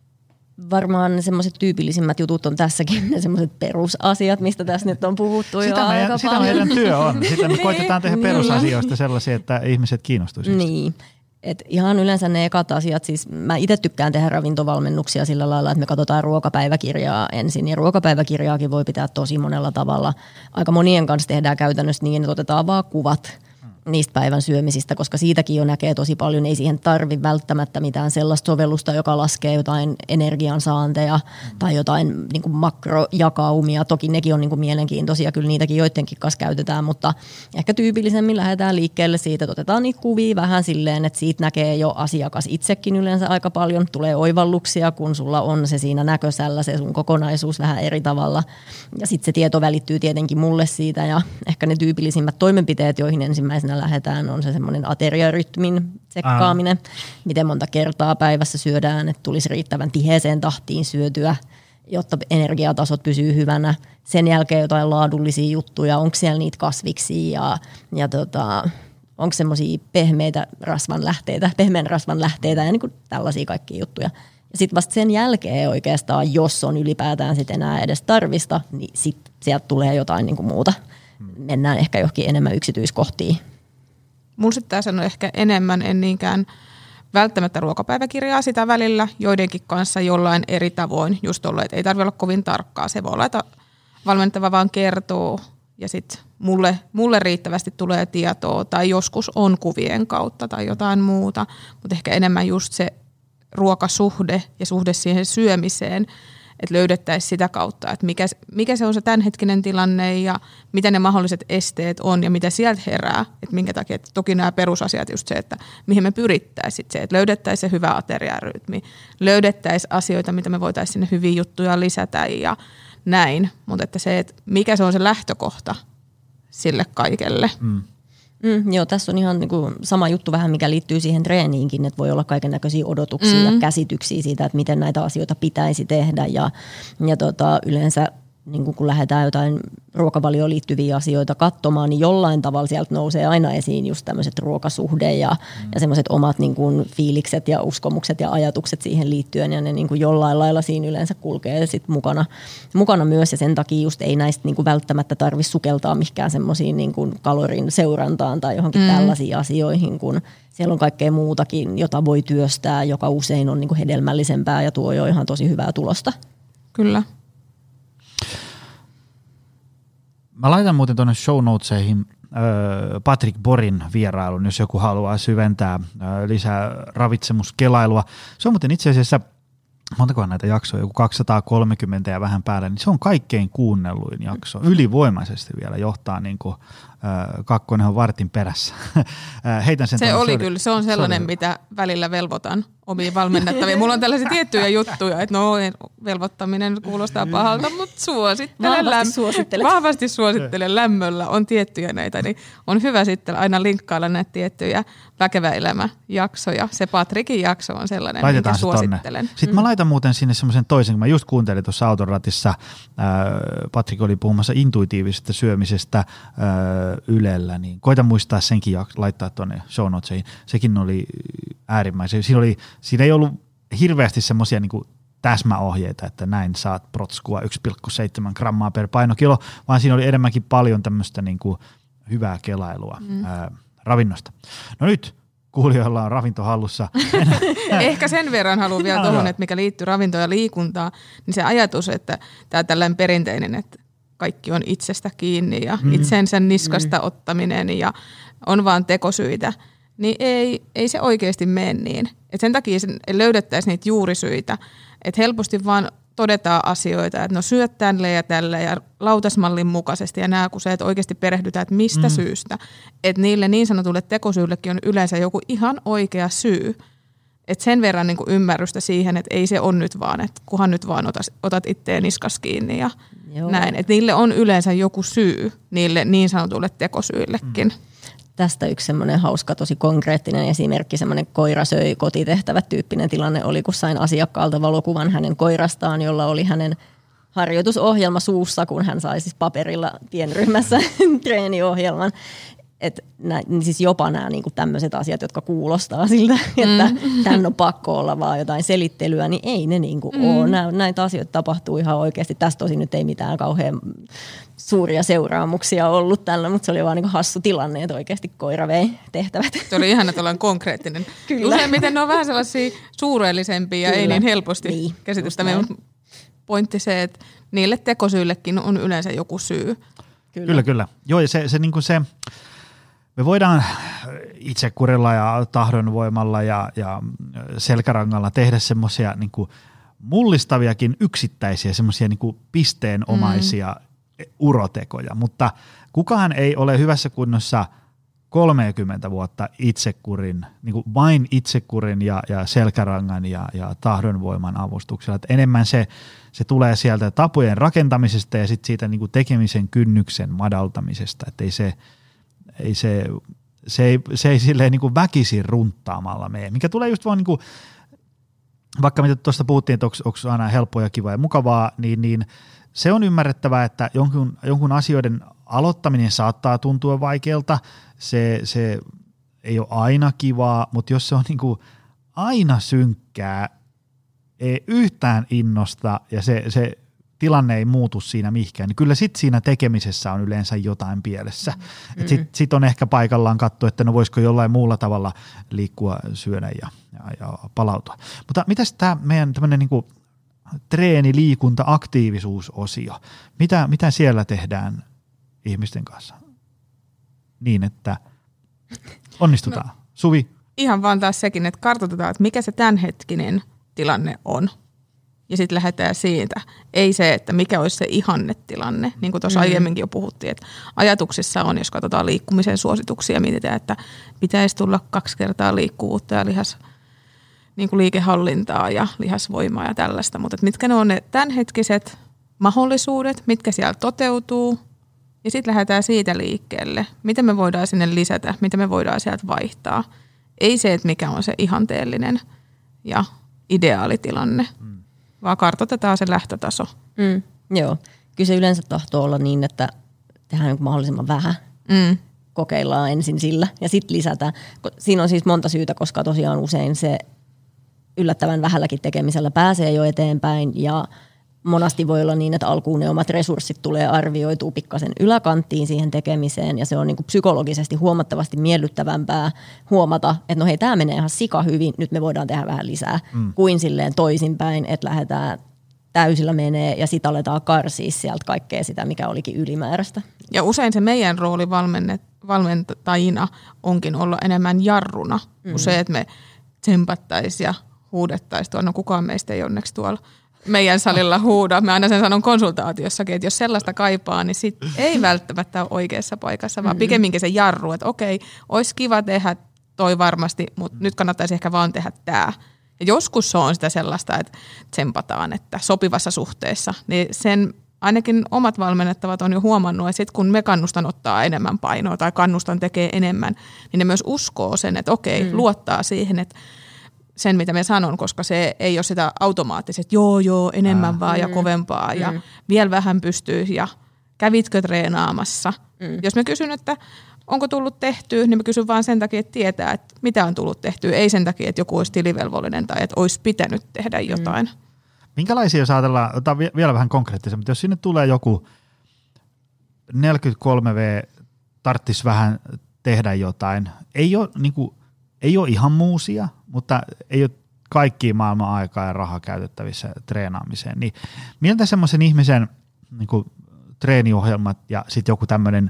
Speaker 4: varmaan semmoiset tyypillisimmät jutut on tässäkin ne semmoiset perusasiat, mistä tässä nyt on puhuttu
Speaker 2: sitä
Speaker 4: jo
Speaker 2: meidän,
Speaker 4: aika
Speaker 2: sitä
Speaker 4: paljon.
Speaker 2: meidän työ on. Sitä me koitetaan tehdä perusasioista sellaisia, että ihmiset kiinnostuisivat.
Speaker 4: Niin. Et ihan yleensä ne ekat asiat, siis mä itse tykkään tehdä ravintovalmennuksia sillä lailla, että me katsotaan ruokapäiväkirjaa ensin. Ja ruokapäiväkirjaakin voi pitää tosi monella tavalla. Aika monien kanssa tehdään käytännössä niin, että otetaan vaan kuvat niistä päivän syömisistä, koska siitäkin jo näkee tosi paljon. Ei siihen tarvi välttämättä mitään sellaista sovellusta, joka laskee jotain energiansaanteja mm. tai jotain niin kuin makrojakaumia. Toki nekin on niin kuin mielenkiintoisia, kyllä niitäkin joidenkin kanssa käytetään, mutta ehkä tyypillisemmin lähdetään liikkeelle siitä, että otetaan niitä kuvia vähän silleen, että siitä näkee jo asiakas itsekin yleensä aika paljon. Tulee oivalluksia, kun sulla on se siinä näkösällä, se sun kokonaisuus vähän eri tavalla. Ja sitten se tieto välittyy tietenkin mulle siitä ja ehkä ne tyypillisimmät toimenpiteet, joihin ensimmäisenä lähdetään, on se semmoinen ateriarytmin tsekkaaminen, Aa. miten monta kertaa päivässä syödään, että tulisi riittävän tiheeseen tahtiin syötyä, jotta energiatasot pysyy hyvänä. Sen jälkeen jotain laadullisia juttuja, onko siellä niitä kasviksia ja, ja tota, onko semmoisia pehmeitä rasvanlähteitä, pehmeän rasvan lähteitä ja niin kuin tällaisia kaikkia juttuja. Ja sitten vasta sen jälkeen oikeastaan, jos on ylipäätään sit enää edes tarvista, niin sitten sieltä tulee jotain niin kuin muuta. Mennään ehkä johonkin enemmän yksityiskohtiin.
Speaker 3: Mulla sitten tässä on ehkä enemmän, en niinkään välttämättä ruokapäiväkirjaa sitä välillä, joidenkin kanssa jollain eri tavoin. Just ollut, että ei tarvitse olla kovin tarkkaa. Se voi olla, että valmentava vaan kertoo ja sitten mulle, mulle riittävästi tulee tietoa tai joskus on kuvien kautta tai jotain muuta. Mutta ehkä enemmän just se ruokasuhde ja suhde siihen syömiseen, että löydettäisiin sitä kautta, että mikä, mikä se on se tämänhetkinen tilanne ja mitä ne mahdolliset esteet on ja mitä sieltä herää. Että minkä takia, että toki nämä perusasiat just se, että mihin me pyrittäisiin se, että löydettäisiin se hyvä ateriarytmi, löydettäisiin asioita, mitä me voitaisiin sinne hyviä juttuja lisätä ja näin. Mutta että se, että mikä se on se lähtökohta sille kaikelle. Mm.
Speaker 4: Mm, joo, tässä on ihan niin kuin sama juttu vähän, mikä liittyy siihen treeniinkin, että voi olla kaikennäköisiä odotuksia mm. ja käsityksiä siitä, että miten näitä asioita pitäisi tehdä ja, ja tota, yleensä niin kuin kun lähdetään jotain ruokavalioon liittyviä asioita katsomaan, niin jollain tavalla sieltä nousee aina esiin just tämmöiset ruokasuhde ja, mm. ja semmoiset omat niin kuin fiilikset ja uskomukset ja ajatukset siihen liittyen ja ne niin kuin jollain lailla siinä yleensä kulkee sit mukana, mukana myös ja sen takia just ei näistä niin kuin välttämättä tarvitse sukeltaa mihinkään semmoisiin niin kuin kalorin seurantaan tai johonkin mm. tällaisiin asioihin, kun siellä on kaikkea muutakin, jota voi työstää, joka usein on niin kuin hedelmällisempää ja tuo jo ihan tosi hyvää tulosta.
Speaker 3: Kyllä.
Speaker 2: Mä laitan muuten tuonne show notesihin Patrick Borin vierailun, jos joku haluaa syventää lisää ravitsemuskelailua. Se on muuten itse asiassa, montakohan näitä jaksoja, joku kaksisataakolmekymmentä ja vähän päälle, niin se on kaikkein kuunnelluin jakso. Ylivoimaisesti vielä johtaa, niin kuin äh, kakkonen on vartin perässä. Heitän sen
Speaker 3: se
Speaker 2: tämän,
Speaker 3: oli
Speaker 2: se oli
Speaker 3: kyllä, se on sellainen, se mitä välillä velvoitan omiin valmennettaviin. Mulla on tällaisia tiettyjä juttuja, että no velvoittaminen kuulostaa pahalta, mutta suosittelen.
Speaker 4: Vahvasti suosittelen.
Speaker 3: Vahvasti suosittelen lämmöllä. On tiettyjä näitä, niin on hyvä sitten aina linkkailla näitä tiettyjä Väkevä elämä-jaksoja. Se Patrikin jakso on sellainen,
Speaker 2: laitetaan
Speaker 3: minkä suosittelen.
Speaker 2: Tonne. Sitten mm. mä laitan muuten sinne semmoisen toisen, kun mä just kuuntelin tuossa autoratissa, ää, Patrick oli puhumassa intuitiivisesta syömisestä ää, Ylellä, niin koita muistaa senkin jak- laittaa tuonne show notesiin. Sekin oli äärimmäisen. Siinä, oli, siinä ei ollut hirveästi semmoisia niin kuin täsmäohjeita, että näin saat protskua yksi pilkku seitsemän grammaa per painokilo, vaan siinä oli enemmänkin paljon tämmöistä niin kuin hyvää kelailua mm. ää, ravinnosta. No nyt kuulijoilla on ravinto hallussa.
Speaker 3: Ehkä sen verran haluan vielä tuohon, että mikä liittyy ravintoon ja liikuntaan, niin se ajatus, että tämä tällainen perinteinen, että kaikki on itsestä kiinni ja mm. itsensä niskasta mm. ottaminen ja on vaan tekosyitä, niin ei, ei se oikeasti mene niin. Et sen takia löydettäisiin niitä juurisyitä, että helposti vaan todetaan asioita, että no syöt tälle ja tälle ja lautasmallin mukaisesti ja nämä, kun se, että oikeasti perehdytään, että mistä mm. syystä. Että niille niin sanotulle tekosyillekin on yleensä joku ihan oikea syy. Että sen verran niin kuin ymmärrystä siihen, että ei se ole nyt vaan, että kunhan nyt vaan otat, otat itteen niskas kiinni ja Joo. näin. Että niille on yleensä joku syy, niille niin sanotulle tekosyillekin. Mm.
Speaker 4: Tästä yksi semmoinen hauska, tosi konkreettinen esimerkki, semmoinen koira söi kotitehtävät tyyppinen tilanne oli, kun sain asiakkaalta valokuvan hänen koirastaan, jolla oli hänen harjoitusohjelma suussa, kun hän sai siis paperilla pienryhmässä treeniohjelman. Että siis jopa nämä niinku tämmöiset asiat, jotka kuulostaa siltä, että mm. tämän on pakko olla vaan jotain selittelyä, niin ei ne niinku mm. ole. Nä, näitä asioita tapahtuu ihan oikeasti. Tästä tosin nyt ei mitään kauhean suuria seuraamuksia ollut tällä, mutta se oli vaan niinku hassu tilanne, että oikeasti koira vei tehtävät.
Speaker 3: Se oli ihana, että ollaan konkreettinen. Kyllä. Useimmiten ne on vähän sellaisia suureellisempia ja ei niin helposti niin, käsitystäviä. Pointti se, että niille tekosyillekin on yleensä joku syy.
Speaker 2: Kyllä, kyllä. kyllä. Joo, ja se, se, niin kuin se me voidaan itsekurilla ja tahdonvoimalla ja, ja selkärangalla tehdä semmoisia niin kuin mullistaviakin yksittäisiä semmoisia niin kuin pisteenomaisia mm. urotekoja, mutta kukaan ei ole hyvässä kunnossa kolmekymmentä vuotta itsekurin, niin kuin vain itsekurin ja, ja selkärangan ja, ja tahdonvoiman avustuksella. Et enemmän se, se tulee sieltä tapojen rakentamisesta ja sit siitä niin kuin tekemisen kynnyksen madaltamisesta, että ei se Ei se, se ei, se ei silleen niin kuin väkisin runttaamalla mene, mikä tulee just vaan niin kuin, vaikka mitä tuosta puhuttiin, että onko aina helppoa ja kivaa ja mukavaa, niin, niin se on ymmärrettävää, että jonkun, jonkun asioiden aloittaminen saattaa tuntua vaikealta, se, se ei ole aina kivaa, mutta jos se on niin kuin aina synkkää, ei yhtään innosta ja se, se tilanne ei muutu siinä mihinkään, niin kyllä sitten siinä tekemisessä on yleensä jotain pielessä. Mm-hmm. Sitten sit on ehkä paikallaan katsoa, että no voisiko jollain muulla tavalla liikkua, syödä ja, ja, ja palautua. Mutta mitäs tämä meidän tämmöinen niinku treeni, liikunta, aktiivisuusosio, mitä, mitä siellä tehdään ihmisten kanssa niin, että onnistutaan? No, Suvi?
Speaker 3: Ihan vaan taas sekin, että kartoitetaan, että mikä se tämänhetkinen tilanne on. Ja sitten lähdetään siitä. Ei se, että mikä olisi se ihannetilanne, niin kuin tuossa mm. aiemminkin jo puhuttiin, että ajatuksissa on, jos katsotaan liikkumisen suosituksia, mietitään, että pitäisi tulla kaksi kertaa liikkuvuutta ja lihas, niin kuin liikehallintaa ja lihasvoimaa ja tällaista, mutta mitkä ne on ne tämänhetkiset mahdollisuudet, mitkä siellä toteutuu, ja sitten lähdetään siitä liikkeelle, miten me voidaan sinne lisätä, mitä me voidaan sieltä vaihtaa. Ei se, että mikä on se ihanteellinen ja ideaalitilanne. Mm. vaan kartoitetaan se lähtötaso.
Speaker 4: Mm, joo, kyllä se yleensä tahtoo olla niin, että tehdään mahdollisimman vähän. Mm. Kokeillaan ensin sillä ja sitten lisätään. Siinä on siis monta syytä, koska tosiaan usein se yllättävän vähälläkin tekemisellä pääsee jo eteenpäin ja monasti voi olla niin, että alkuun ne omat resurssit tulee arvioitua pikkasen yläkanttiin siihen tekemiseen ja se on niin kuin psykologisesti huomattavasti miellyttävämpää huomata, että no hei, tämä menee ihan sika hyvin, nyt me voidaan tehdä vähän lisää, mm. kuin silleen toisinpäin, että lähdetään täysillä menee ja sitten aletaan karsia sieltä kaikkea sitä, mikä olikin ylimääräistä.
Speaker 3: Ja usein se meidän rooli valmennet, valmentajina onkin olla enemmän jarruna mm. kuin se, että me tsempattaisiin ja huudettaisiin tuolla. No kukaan meistä ei onneksi tuolla meidän salilla huuda. Mä aina sen sanon konsultaatiossakin, että jos sellaista kaipaa, niin sit ei välttämättä ole oikeassa paikassa, vaan pikemminkin se jarru, että okei, olisi kiva tehdä toi varmasti, mutta nyt kannattaisi ehkä vaan tehdä tämä. Ja joskus se on sitä sellaista, että tsempataan, että sopivassa suhteessa, niin sen ainakin omat valmennettavat on jo huomannut, että sit kun me kannustan ottaa enemmän painoa tai kannustan tekee enemmän, niin ne myös uskoo sen, että okei, mm. luottaa siihen, että sen mitä me sanon, koska se ei ole sitä automaattisesti, joo joo, enemmän äh. vaan ja kovempaa mm. ja vielä vähän pystyy ja kävitkö treenaamassa. Mm. Jos mä kysyn, että onko tullut tehtyä, niin mä kysyn vaan sen takia, että tietää, että mitä on tullut tehtyä. Ei sen takia, että joku olisi tilivelvollinen tai että olisi pitänyt tehdä jotain. Mm.
Speaker 2: Minkälaisia, jos ajatellaan, otan vielä vähän konkreettisesti, mutta jos sinne tulee joku neljäkymmentäkolme vuotias, tarvitsisi vähän tehdä jotain. Ei ole, niin kuin, ei ole ihan muusia, mutta ei ole kaikkia maailman aikaa ja rahaa käytettävissä treenaamiseen. Niin miltä semmoisen ihmisen niin kuin treeniohjelmat ja sitten joku tämmöinen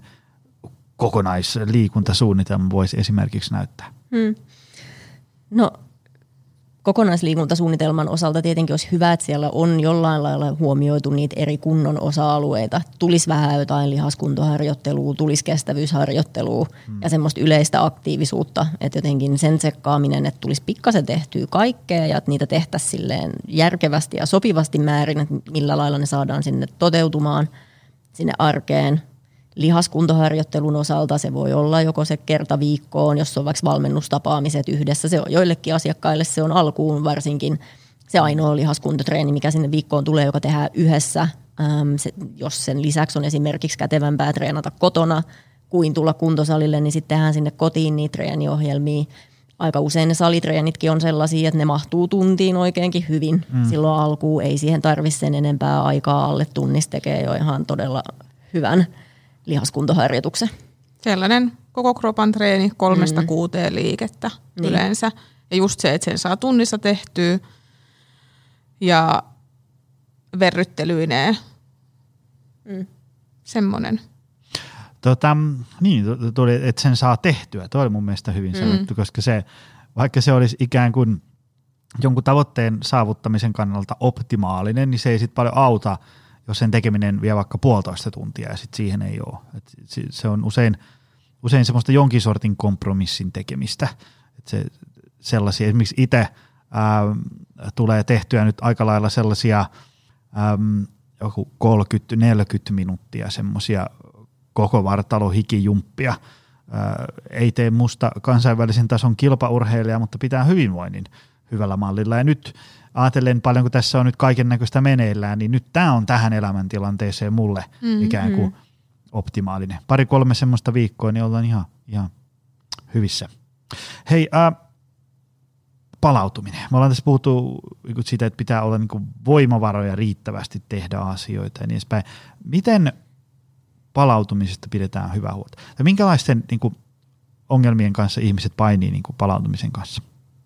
Speaker 2: kokonaisliikuntasuunnitelma voisi esimerkiksi näyttää? Hmm.
Speaker 4: No kokonaisliikuntasuunnitelman osalta tietenkin olisi hyvä, että siellä on jollain lailla huomioitu niitä eri kunnon osa-alueita. Tulisi vähän jotain lihaskuntoharjoittelua, tulisi kestävyysharjoittelua hmm. ja semmoista yleistä aktiivisuutta, että jotenkin sen tsekkaaminen, että tulisi pikkasen tehtyä kaikkea ja että niitä tehtäisiin silleen järkevästi ja sopivasti määrin, että millä lailla ne saadaan sinne toteutumaan sinne arkeen. Lihaskuntoharjoittelun osalta se voi olla joko se kerta viikkoon, jos on vaikka valmennustapaamiset yhdessä. Se on joillekin asiakkaille, se on alkuun varsinkin se ainoa lihaskuntotreeni, mikä sinne viikkoon tulee, joka tehdään yhdessä. Ähm, se, jos sen lisäksi on esimerkiksi kätevämpää treenata kotona kuin tulla kuntosalille, niin sitten tehdään sinne kotiin niitä treeniohjelmia. Aika usein ne salitreenitkin on sellaisia, että ne mahtuu tuntiin oikeinkin hyvin. Mm. Silloin alkuun ei siihen tarvitse sen enempää aikaa, alle tunnissa tekee jo ihan todella hyvän lihaskuntoharjoituksen. Sellainen
Speaker 3: koko kropan treeni kolmesta mm. kuuteen liikettä niin. yleensä. Ja just se, että sen saa tunnissa tehtyä ja verryttelyineen. Mm. Semmoinen.
Speaker 2: Tota, niin, tuli, että sen saa tehtyä. Tuo oli mun mielestä hyvin mm. sanottu, koska se, vaikka se olisi ikään kuin jonkun tavoitteen saavuttamisen kannalta optimaalinen, niin se ei sitten paljon auta, jos sen tekeminen vie vaikka puolitoista tuntia ja sitten siihen ei ole. Et se on usein, usein semmoista jonkin sortin kompromissin tekemistä. Et se, sellaisia, esimerkiksi itse tulee tehtyä nyt aika lailla sellaisia äm, joku kolmekymmentä neljäkymmentä minuuttia semmoisia koko vartalo hikijumppia. Ää, ei tee musta kansainvälisen tason kilpaurheilija, mutta pitää hyvinvoinnin hyvällä mallilla. Ja nyt ajatellen paljon, kun tässä on nyt kaiken näköistä meneillään, niin nyt tämä on tähän elämäntilanteeseen mulle mm-hmm. ikään kuin optimaalinen. Pari kolme semmoista viikkoa, niin ollaan ihan, ihan hyvissä. Hei, ää, palautuminen. Me ollaan tässä puhuttu siitä, että pitää olla niin kuin voimavaroja riittävästi tehdä asioita ja niin edespäin. Miten palautumisesta pidetään hyvää huolta? Ja minkälaisten niin kuin, ongelmien kanssa ihmiset painii niin kuin palautumisen kanssa?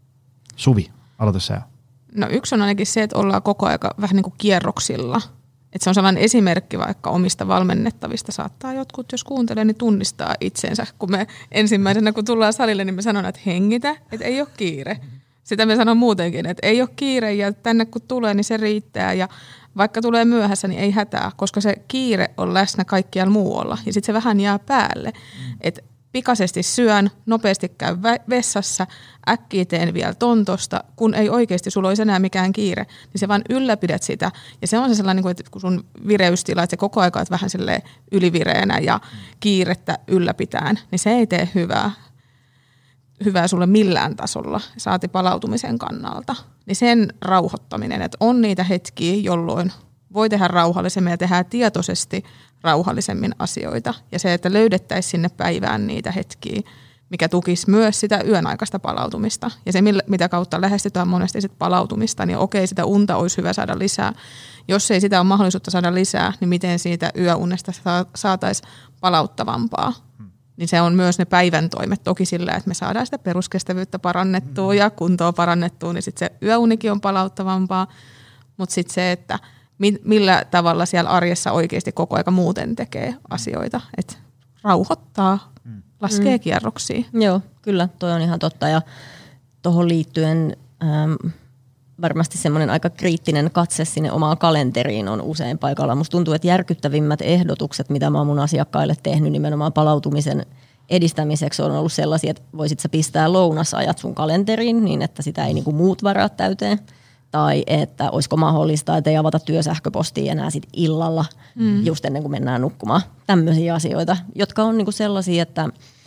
Speaker 2: Suvi, aloita sä.
Speaker 3: No yksi on ainakin se, että ollaan koko aika vähän niin kuin kierroksilla. Että se on sellainen esimerkki vaikka omista valmennettavista. Saattaa jotkut, jos kuuntelee, niin tunnistaa itsensä. Kun me ensimmäisenä, kun tullaan salille, niin me sanon, että hengitä, että ei ole kiire. Sitä me sanon muutenkin, että ei ole kiire ja tänne kun tulee, niin se riittää. Ja vaikka tulee myöhässä, niin ei hätää, koska se kiire on läsnä kaikkialla muualla. Ja sitten se vähän jää päälle. Mm. Että pikaisesti syön, nopeasti käy vessassa, äkkiä teen vielä tontosta, kun ei oikeasti sulla olisi enää mikään kiire, niin se vaan ylläpidät sitä. Ja se on se sellainen, että kun sun vireystila, että se koko aika olet vähän silleen ylivireenä ja kiirettä ylläpitään, niin se ei tee hyvää, hyvää sulle millään tasolla, saati palautumisen kannalta. Niin sen rauhoittaminen, että on niitä hetkiä, jolloin voi tehdä rauhallisemmin ja tehdään tietoisesti rauhallisemmin asioita. Ja se, että löydettäisiin sinne päivään niitä hetkiä, mikä tukisi myös sitä yön aikaista palautumista. Ja se, mitä kautta lähestytään monesti sit palautumista, niin okei, sitä unta olisi hyvä saada lisää. Jos ei sitä ole mahdollisuutta saada lisää, niin miten siitä yöunesta saataisiin palauttavampaa. Hmm. Niin se on myös ne päivän toimet toki sillä, että me saadaan sitä peruskestävyyttä parannettua hmm. ja kuntoa parannettua, niin sitten se yöunikin on palauttavampaa. Mutta sitten se, että millä tavalla siellä arjessa oikeasti koko aika muuten tekee asioita. Että rauhoittaa, mm. laskee mm. kierroksia.
Speaker 4: Joo, kyllä, toi on ihan totta. Ja tuohon liittyen äm, varmasti semmoinen aika kriittinen katse sinne omaan kalenteriin on usein paikalla. Musta tuntuu, että järkyttävimmät ehdotukset, mitä mä oon mun asiakkaille tehnyt nimenomaan palautumisen edistämiseksi, on ollut sellaisia, että voisit sä pistää lounasajat sun kalenteriin niin, että sitä ei niinku muut varaa täyteen. Tai että olisiko mahdollista, että ei avata työsähköpostia enää sit illalla mm. just ennen kuin mennään nukkumaan. Tämmöisiä asioita, jotka on niinku sellaisia, että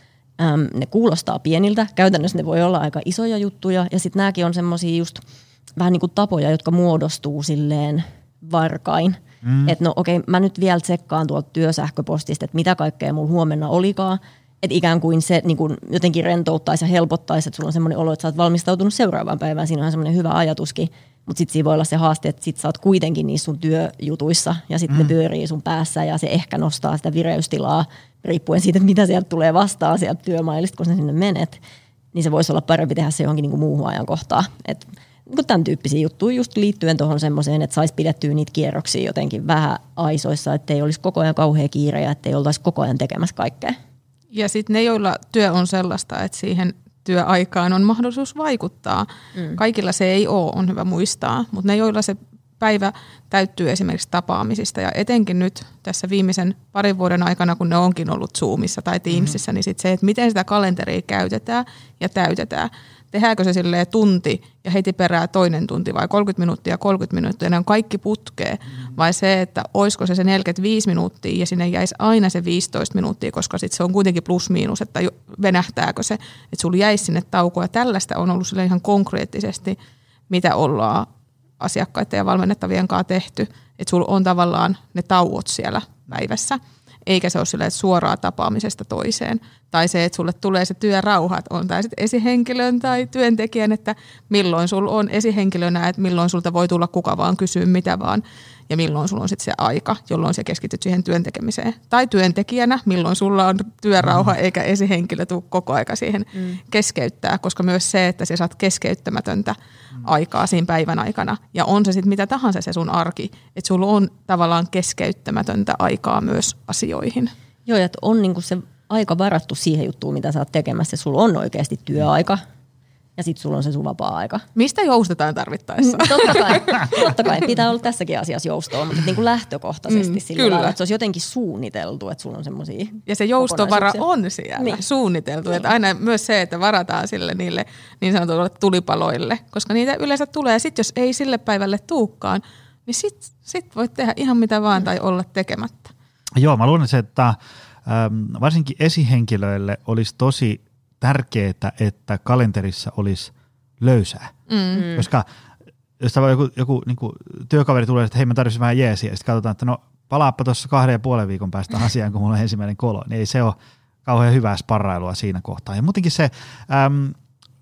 Speaker 4: äm, ne kuulostaa pieniltä. Käytännössä ne voi olla aika isoja juttuja. Ja sitten nämäkin on semmoisia just vähän niin kuin tapoja, jotka muodostuu silleen varkain. Mm. Että no okei, okay, mä nyt vielä tsekkaan tuolta työsähköpostista, että mitä kaikkea mulla huomenna olikaan. Että ikään kuin se niin kuin jotenkin rentouttaisi ja helpottaisi, että sulla on semmoinen olo, että sä oot valmistautunut seuraavaan päivään. Siinä on semmoinen hyvä ajatuskin, mutta sitten siinä voi olla se haaste, että sit sä oot kuitenkin niissä sun työjutuissa ja sitten mm. ne pyörii sun päässä ja se ehkä nostaa sitä vireystilaa riippuen siitä, että mitä sieltä tulee vastaan sieltä työmailista, kun sä sinne menet. Niin se voisi olla parempi tehdä se johonkin niin kuin muuhun ajankohtaan. Että niin tämän tyyppisiä juttuja just liittyen tuohon semmoiseen, että saisi pidettyä niitä kierroksia jotenkin vähän aisoissa, ettei olisi koko ajan kauhea kiire ja ettei oltaisi koko ajan tekemässä kaikkea. Ja
Speaker 3: sitten ne, joilla työ on sellaista, että siihen työaikaan on mahdollisuus vaikuttaa. Mm. Kaikilla se ei ole, on hyvä muistaa, mutta ne, joilla se päivä täyttyy esimerkiksi tapaamisista ja etenkin nyt tässä viimeisen parin vuoden aikana, kun ne onkin ollut Zoomissa tai Teamsissa, mm-hmm. niin sit se, että miten sitä kalenteria käytetään ja täytetään. Tehdäänkö se silleen tunti ja heti perää toinen tunti vai kolmekymmentä minuuttia ja kolmekymmentä minuuttia, ne on kaikki putkee, mm-hmm. vai se, että olisiko se se neljäkymmentäviisi minuuttia ja sinne jäisi aina se viisitoista minuuttia, koska sitten se on kuitenkin plus miinus, että venähtääkö se, että sulla jäisi sinne taukoa. Tällaista on ollut sille ihan konkreettisesti, mitä ollaan asiakkaiden ja valmennettavien kanssa tehty, että sulla on tavallaan ne tauot siellä päivässä, eikä se ole silleen, että suoraa tapaamisesta toiseen. Tai se, että sulle tulee se työrauha, että on tai sitten esihenkilön tai työntekijän, että milloin sulla on esihenkilönä, että milloin sulta voi tulla kuka vaan kysyä mitä vaan, ja milloin sulla on sitten se aika, jolloin se keskityt siihen työn tekemiseen. Tai työntekijänä, milloin sulla on työrauha, eikä esihenkilö tule koko aika siihen mm. keskeyttää, koska myös se, että sä saat keskeyttämätöntä mm. aikaa siinä päivän aikana, ja on se sitten mitä tahansa se sun arki, että sulla on tavallaan keskeyttämätöntä aikaa myös asioihin.
Speaker 4: Joo, että on niinku se aika varattu siihen juttuun, mitä sä oot tekemässä. Sulla on oikeasti työaika ja sitten sulla on se sun vapaa-aika.
Speaker 3: Mistä joustetaan tarvittaessa?
Speaker 4: Totta kai, totta kai. Pitää olla tässäkin asiassa joustoa, mutta niin kuin lähtökohtaisesti mm, sillä lailla, että se olisi jotenkin suunniteltu, että sulla on semmoisia.
Speaker 3: Ja se joustovara on siellä niin. suunniteltu. Että aina myös se, että varataan sille niille niin sanotuille tulipaloille, koska niitä yleensä tulee. Sitten jos ei sille päivälle tuukkaan, niin sitten sit voit tehdä ihan mitä vaan mm. tai olla tekemättä.
Speaker 2: Joo, mä luulen se, että varsinkin esihenkilöille olisi tosi tärkeää, että kalenterissa olisi löysää. Mm. Koska jos joku, joku niin kuin työkaveri tulee, että hei mä tarvitsin vähän jeesiä, ja sitten katsotaan, että no palaappa tuossa kahden ja puolen viikon päästä asiaan, kun mulla on ensimmäinen kolo, niin ei se ole kauhean hyvää sparrailua siinä kohtaa. Ja muutenkin se, äm,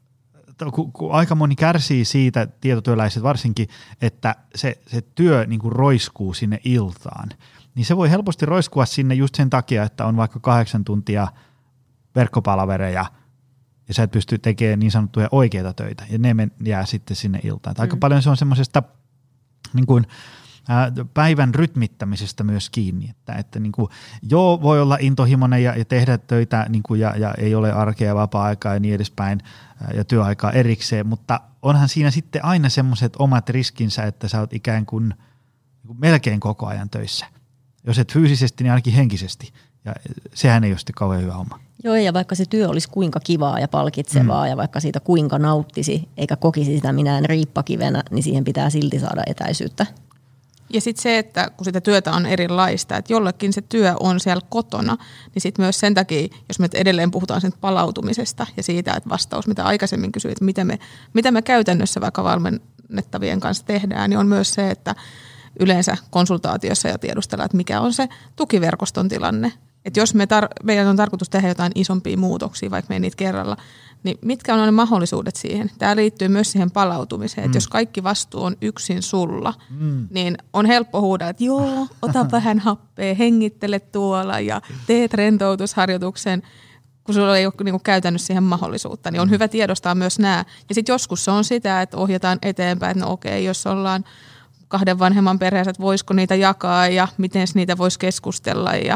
Speaker 2: kun, kun aika moni kärsii siitä, tietotyöläiset varsinkin, että se, se työ niin kuin roiskuu sinne iltaan, niin se voi helposti roiskua sinne just sen takia, että on vaikka kahdeksan tuntia verkkopalavereja ja sä et pysty tekemään niin sanottuja oikeita töitä ja ne jää sitten sinne iltaan. Mm. Aika paljon se on semmoisesta niin kuin, ää, päivän rytmittämisestä myös kiinni, että, että niin kuin, joo voi olla intohimoinen ja, ja tehdä töitä niin kuin, ja, ja ei ole arkea ja vapaa-aikaa ja niin edespäin ää, ja työaikaa erikseen, mutta onhan siinä sitten aina semmoiset omat riskinsä, että sä oot ikään kuin, niin kuin melkein koko ajan töissä. Jos et fyysisesti, niin ainakin henkisesti. Ja sehän ei ole sitten kauhean hyvä homma.
Speaker 4: Joo, ja vaikka se työ olisi kuinka kivaa ja palkitsevaa, mm. ja vaikka siitä kuinka nauttisi, eikä kokisi sitä minään riippakivenä, niin siihen pitää silti saada etäisyyttä.
Speaker 3: Ja sitten se, että kun sitä työtä on erilaista, että jollekin se työ on siellä kotona, niin sitten myös sen takia, jos me edelleen puhutaan sen palautumisesta ja siitä, että vastaus, mitä aikaisemmin kysyit, että mitä me, mitä me käytännössä vaikka valmennettavien kanssa tehdään, niin on myös se, että yleensä konsultaatiossa ja tiedustella, että mikä on se tukiverkoston tilanne. Että jos me tar- meidän on tarkoitus tehdä jotain isompia muutoksia, vaikka me ei niitä kerralla, niin mitkä on ne mahdollisuudet siihen? Tämä liittyy myös siihen palautumiseen, että mm. jos kaikki vastuu on yksin sulla, mm. niin on helppo huudaa, että joo, ota vähän happea, hengittele tuolla ja teet rentoutusharjoituksen, kun sulla ei ole niin kuin käytännössä siihen mahdollisuutta, niin on hyvä tiedostaa myös nämä. Ja sitten joskus se on sitä, että ohjataan eteenpäin, että no okei, jos ollaan kahden vanhemman perheessä, että voisiko niitä jakaa ja miten niitä voisi keskustella ja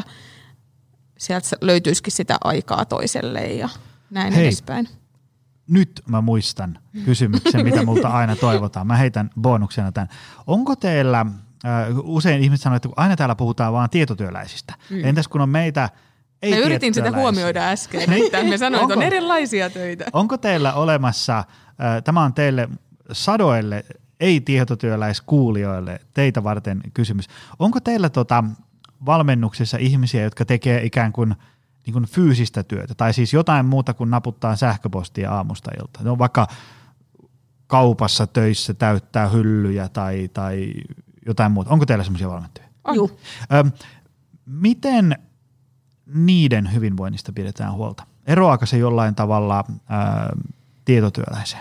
Speaker 3: sieltä löytyisikin sitä aikaa toiselle ja näin
Speaker 2: Hei.
Speaker 3: edespäin.
Speaker 2: Nyt mä muistan kysymyksen, mitä multa aina toivotaan. Mä heitän bonuksena tämän. Onko teillä, äh, usein ihmiset sanoo, että aina täällä puhutaan vaan tietotyöläisistä. Mm. Entäs kun on meitä ei
Speaker 3: Mä yritin sitä huomioida äsken, että me sanoin, että on erilaisia töitä.
Speaker 2: Onko teillä olemassa, äh, tämä on teille sadoille ei-tietotyöläiskuulijoille teitä varten kysymys. Onko teillä tota valmennuksessa ihmisiä, jotka tekee ikään kuin niin kuin fyysistä työtä, tai siis jotain muuta kuin naputtaa sähköpostia aamusta iltaan. Ne on vaikka kaupassa töissä täyttää hyllyjä tai, tai jotain muuta. Onko teillä semmoisia valmentajia?
Speaker 3: Joo.
Speaker 2: Ö, miten niiden hyvinvoinnista pidetään huolta? Eroaako se jollain tavalla ö, tietotyöläiseen?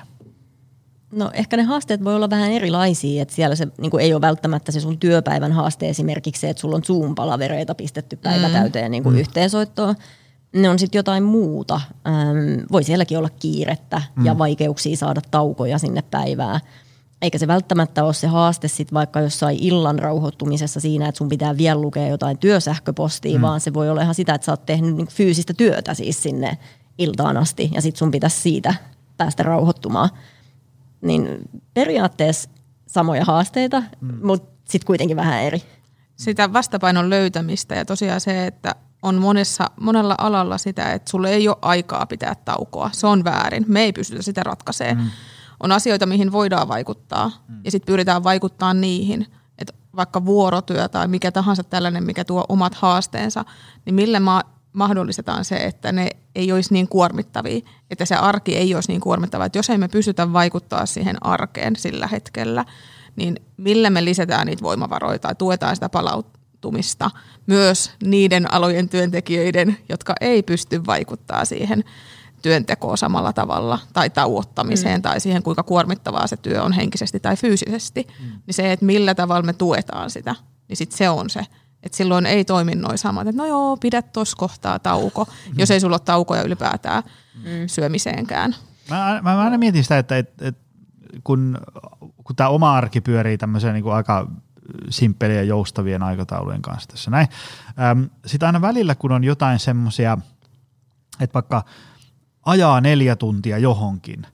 Speaker 4: No ehkä ne haasteet voi olla vähän erilaisia, että siellä se niin kuin ei ole välttämättä se sun työpäivän haaste esimerkiksi se, että sulla on Zoom-palavereita pistetty päivä täyteen niin kuin mm. yhteensoittoon. Ne on sitten jotain muuta. Ähm, voi sielläkin olla kiirettä mm. ja vaikeuksia saada taukoja sinne päivään. Eikä se välttämättä ole se haaste sit vaikka jossain illan rauhoittumisessa siinä, että sun pitää vielä lukea jotain työsähköpostia, mm. vaan se voi olla ihan sitä, että sä oot tehnyt niin fyysistä työtä siis sinne iltaan asti ja sit sun pitäisi siitä päästä rauhoittumaan. Niin periaatteessa samoja haasteita, mm. mutta sitten kuitenkin vähän eri.
Speaker 3: Sitä vastapainon löytämistä ja tosiaan se, että on monessa, monella alalla sitä, että sulle ei ole aikaa pitää taukoa. Se on väärin. Me ei pystytä sitä ratkaisemaan. Mm. On asioita, mihin voidaan vaikuttaa mm. ja sitten pyritään vaikuttaa niihin. Että vaikka vuorotyö tai mikä tahansa tällainen, mikä tuo omat haasteensa, niin millä ma- mahdollistetaan se, että ne ei olisi niin kuormittavia, että se arki ei olisi niin kuormittava. Että jos ei me pystytä vaikuttaa siihen arkeen sillä hetkellä, niin millä me lisätään niitä voimavaroja tai tuetaan sitä palautumista myös niiden alojen työntekijöiden, jotka ei pysty vaikuttaa siihen työntekoon samalla tavalla tai tauottamiseen mm. tai siihen, kuinka kuormittavaa se työ on henkisesti tai fyysisesti. Mm. Niin se, että millä tavalla me tuetaan sitä, niin sit se on se. Että silloin ei toimi noin samat, että no joo, pidä tuossa kohtaa tauko, mm. jos ei sulla ole taukoja ylipäätään mm. syömiseenkään.
Speaker 2: Mä, mä, mä aina mietin sitä, että, että, että kun, kun tämä oma arki pyörii tämmöisen niin kuin aika simppelien ja joustavien aikataulujen kanssa tässä näin. Sitten aina välillä, kun on jotain semmoisia, että vaikka ajaa neljä tuntia johonkin,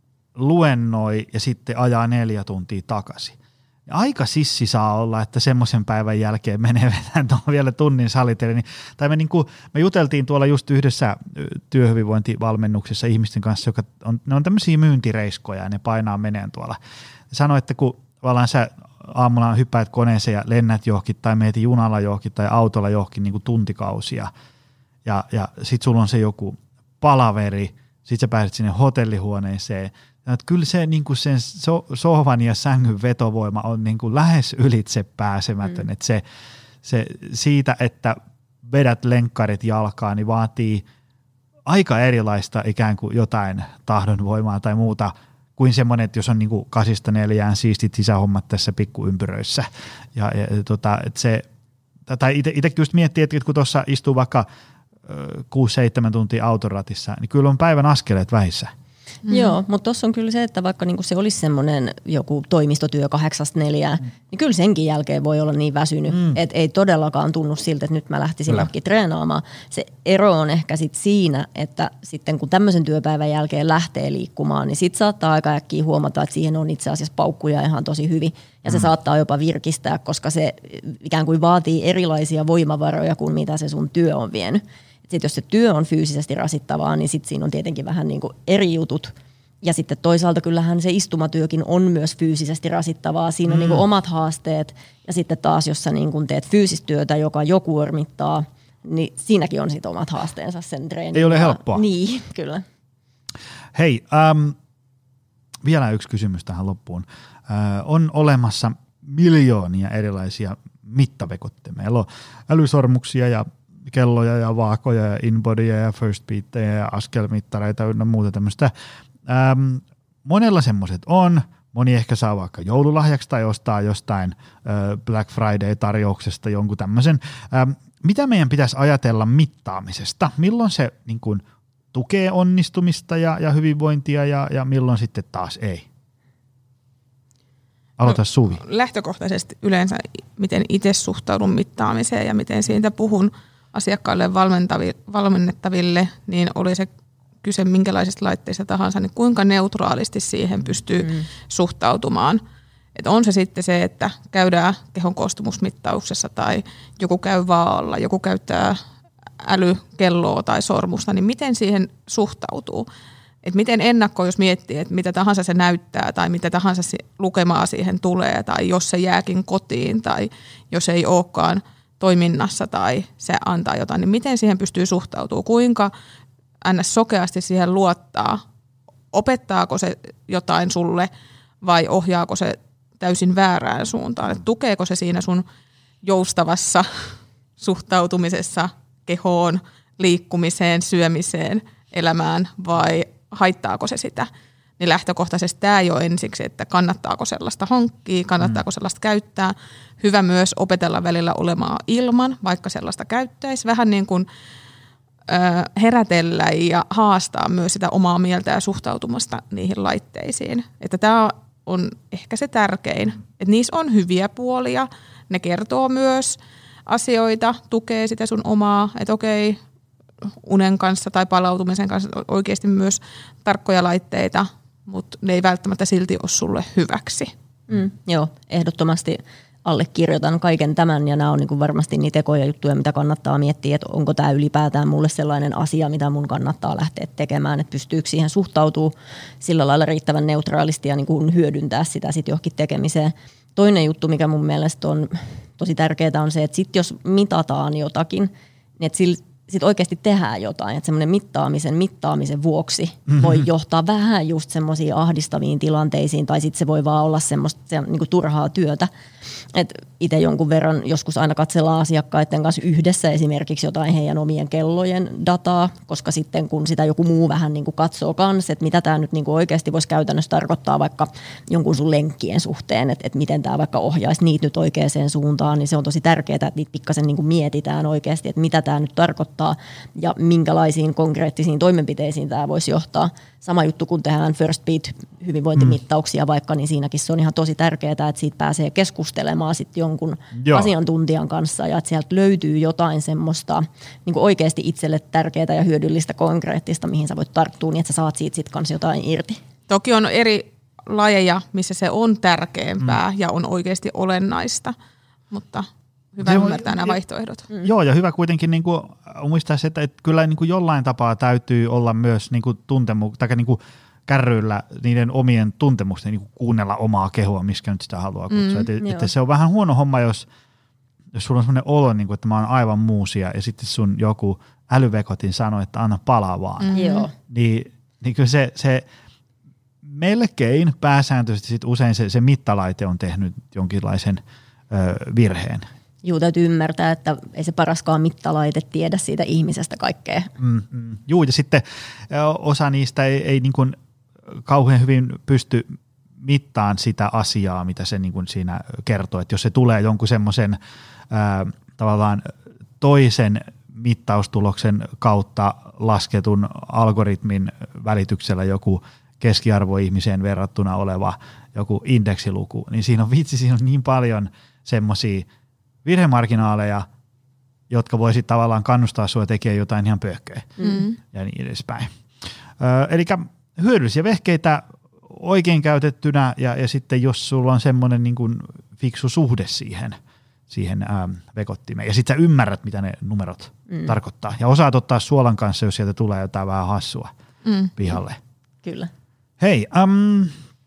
Speaker 2: luennoi ja sitten ajaa neljä tuntia takaisin. Aika sissi saa olla, että semmoisen päivän jälkeen menee vetään tuolla vielä tunnin saliteille. Tai me, niin kuin, me juteltiin tuolla just yhdessä työhyvinvointivalmennuksessa ihmisten kanssa, joka on, ne on tämmöisiä myyntireiskoja ja ne painaa meneen tuolla. Sanoi, että kun vallaan sä aamulla hyppäät koneeseen ja lennät johonkin tai meet junalla johonkin tai autolla johonkin niin kuin tuntikausia ja, ja sit sulla on se joku palaveri, sit sä pääset sinne hotellihuoneeseen. Että kyllä se niin kuin sen so- sohvan ja sängyn vetovoima on niin kuin lähes ylitse pääsemätön. Mm. Että se, se siitä, että vedät lenkkarit jalkaan, niin vaatii aika erilaista ikään kuin jotain tahdonvoimaa tai muuta kuin semmoinen, että jos on niin kuin kasista neljään siistit sisähommat tässä pikkuympyröissä. Ja, ja tota, että se, tai itsekin just miettii, että kun tuossa istuu vaikka kuusi seitsemän tuntia autoratissa, niin kyllä on päivän askeleet vähissä.
Speaker 4: Mm. Joo, mutta tuossa on kyllä se, että vaikka niinku se olisi semmoinen joku toimistotyö kahdeksasta neljään, mm. niin kyllä senkin jälkeen voi olla niin väsynyt, mm. että ei todellakaan tunnu siltä, että nyt mä lähtisin johonkin treenaamaan. Se ero on ehkä sit siinä, että sitten kun tämmöisen työpäivän jälkeen lähtee liikkumaan, niin sit saattaa aika äkkiä huomata, että siihen on itse asiassa paukkuja ihan tosi hyvin. Ja se mm. saattaa jopa virkistää, koska se ikään kuin vaatii erilaisia voimavaroja kuin mitä se sun työ on vienyt. Sitten jos se työ on fyysisesti rasittavaa, niin sitten siinä on tietenkin vähän niin kuin eri jutut. Ja sitten toisaalta kyllähän se istumatyökin on myös fyysisesti rasittavaa. Siinä on mm. niin kuin omat haasteet. Ja sitten taas, jos sä niin kuin teet fyysistä työtä, joka jo kuormittaa, niin siinäkin on sitten omat haasteensa sen treenin.
Speaker 2: Ei ole helppoa.
Speaker 4: Niin, kyllä.
Speaker 2: Hei, ähm, vielä yksi kysymys tähän loppuun. Äh, on olemassa miljoonia erilaisia mittavekotteja. Meillä on älysormuksia ja kelloja ja vaakoja ja inbodyja ja first beattejä ja askelmittareita ynnä muuta tämmöistä. Ähm, monella semmoiset on. Moni ehkä saa vaikka joululahjaksi tai ostaa jostain äh, Black Friday-tarjouksesta jonkun tämmöisen. Ähm, mitä meidän pitäisi ajatella mittaamisesta? Milloin se niin kuin, tukee onnistumista ja, ja hyvinvointia ja, ja milloin sitten taas ei? Aloita Suvi.
Speaker 3: No, lähtökohtaisesti yleensä, miten itse suhtaudun mittaamiseen ja miten siitä puhun asiakkaille valmennettaville, niin oli se kyse minkälaisista laitteista tahansa, niin kuinka neutraalisti siihen pystyy mm. suhtautumaan. Et on se sitten se, että käydään kehon koostumusmittauksessa tai joku käy vaalla, joku käyttää älykelloa tai sormusta, niin miten siihen suhtautuu? Et miten ennakko, jos miettii, että mitä tahansa se näyttää tai mitä tahansa lukemaa siihen tulee tai jos se jääkin kotiin tai jos ei olekaan toiminnassa tai se antaa jotain, niin miten siihen pystyy suhtautumaan? Kuinka ns. Sokeasti siihen luottaa? Opettaako se jotain sulle vai ohjaako se täysin väärään suuntaan? Et tukeeko se siinä sun joustavassa suhtautumisessa kehoon, liikkumiseen, syömiseen, elämään vai haittaako se sitä? Niin lähtökohtaisesti tämä ei ole ensiksi, että kannattaako sellaista hankkia, kannattaako sellaista käyttää. Hyvä myös opetella välillä olemaan ilman, vaikka sellaista käyttäisi. Vähän niin kuin herätellä ja haastaa myös sitä omaa mieltä ja suhtautumasta niihin laitteisiin. Että tämä on ehkä se tärkein, että niissä on hyviä puolia, ne kertoo myös asioita, tukee sitä sun omaa, että okei, unen kanssa tai palautumisen kanssa oikeasti myös tarkkoja laitteita, mutta ne ei välttämättä silti ole sulle hyväksi.
Speaker 4: Mm, joo, ehdottomasti allekirjoitan kaiken tämän ja nämä on niin kuin varmasti niitä ekoja juttuja, mitä kannattaa miettiä, että onko tämä ylipäätään mulle sellainen asia, mitä mun kannattaa lähteä tekemään, että pystyykö siihen suhtautuu sillä lailla riittävän neutraalisti ja niin kuin hyödyntää sitä sitten johonkin tekemiseen. Toinen juttu, mikä mun mielestä on tosi tärkeää, on se, että sit jos mitataan jotakin, niin että sillä sitten oikeasti tehdään jotain, että semmoinen mittaamisen, mittaamisen vuoksi mm-hmm. voi johtaa vähän just semmoisiin ahdistaviin tilanteisiin, tai sitten se voi vaan olla semmoista se, niin kuin turhaa työtä. Et itse jonkun verran joskus aina katsellaan asiakkaiden kanssa yhdessä esimerkiksi jotain heidän omien kellojen dataa, koska sitten kun sitä joku muu vähän niin kuin katsoo kanssa, että mitä tämä nyt niin kuin oikeasti voisi käytännössä tarkoittaa vaikka jonkun sun lenkkien suhteen, että, että miten tämä vaikka ohjaisi niitä nyt oikeaan suuntaan, niin se on tosi tärkeää, että niitä pikkasen niin kuin mietitään oikeasti, että mitä tämä nyt tarkoittaa ja minkälaisiin konkreettisiin toimenpiteisiin tämä voisi johtaa. Sama juttu, kun tehdään First Beat hyvinvointimittauksia mm. vaikka, niin siinäkin se on ihan tosi tärkeää, että siitä pääsee keskustelemaan sitten jonkun Joo. asiantuntijan kanssa ja että sieltä löytyy jotain semmoista niin kuin oikeasti itselle tärkeää ja hyödyllistä konkreettista, mihin sä voit tarttua niin, että sä saat siitä sitten kanssa jotain irti.
Speaker 3: Toki on eri lajeja, missä se on tärkeämpää mm. ja on oikeasti olennaista, mutta hyvä
Speaker 2: Joo,
Speaker 3: ymmärtää nämä vaihtoehdot.
Speaker 2: Mm. Joo, ja hyvä kuitenkin niin kuin muistaa se, että, että kyllä niin kuin jollain tapaa täytyy olla myös niin kuin tuntemu, tai niin kuin kärryillä niiden omien tuntemusten, niin kuin kuunnella omaa kehoa, miskä nyt sitä haluaa kutsua. Mm, että, että se on vähän huono homma, jos, jos sulla on sellainen olo, niin kuin, että mä oon aivan muusia, ja sitten sun joku älyvekotin sanoo, että anna palaa vaan.
Speaker 4: Mm. Joo.
Speaker 2: Niin, niin kyllä se, se melkein pääsääntöisesti sit usein se, se mittalaite on tehnyt jonkinlaisen ö, virheen.
Speaker 4: Juu, täytyy ymmärtää, että ei se paraskaan mittalaite tiedä siitä ihmisestä kaikkea.
Speaker 2: Mm, mm. Juu, ja sitten osa niistä ei, ei niin kuin kauhean hyvin pysty mittaan sitä asiaa, mitä se niin kuin siinä kertoo. Että jos se tulee jonkun semmoisen tavallaan toisen mittaustuloksen kautta lasketun algoritmin välityksellä joku keskiarvoihmiseen verrattuna oleva joku indeksiluku, niin siinä on vitsi, siinä on niin paljon semmoisia virhemarginaaleja, jotka voisit tavallaan kannustaa sinua tekemään jotain ihan pöhköä mm. ja niin edespäin. Öö, eli hyödyllisiä vehkeitä oikein käytettynä ja, ja sitten jos sulla on semmoinen niin kuin fiksu suhde siihen, siihen ähm, vekottimeen ja sitten sä ymmärrät, mitä ne numerot mm. tarkoittaa ja osaat ottaa suolan kanssa, jos sieltä tulee jotain vähän hassua mm. pihalle.
Speaker 4: Kyllä.
Speaker 2: Hei, ähm,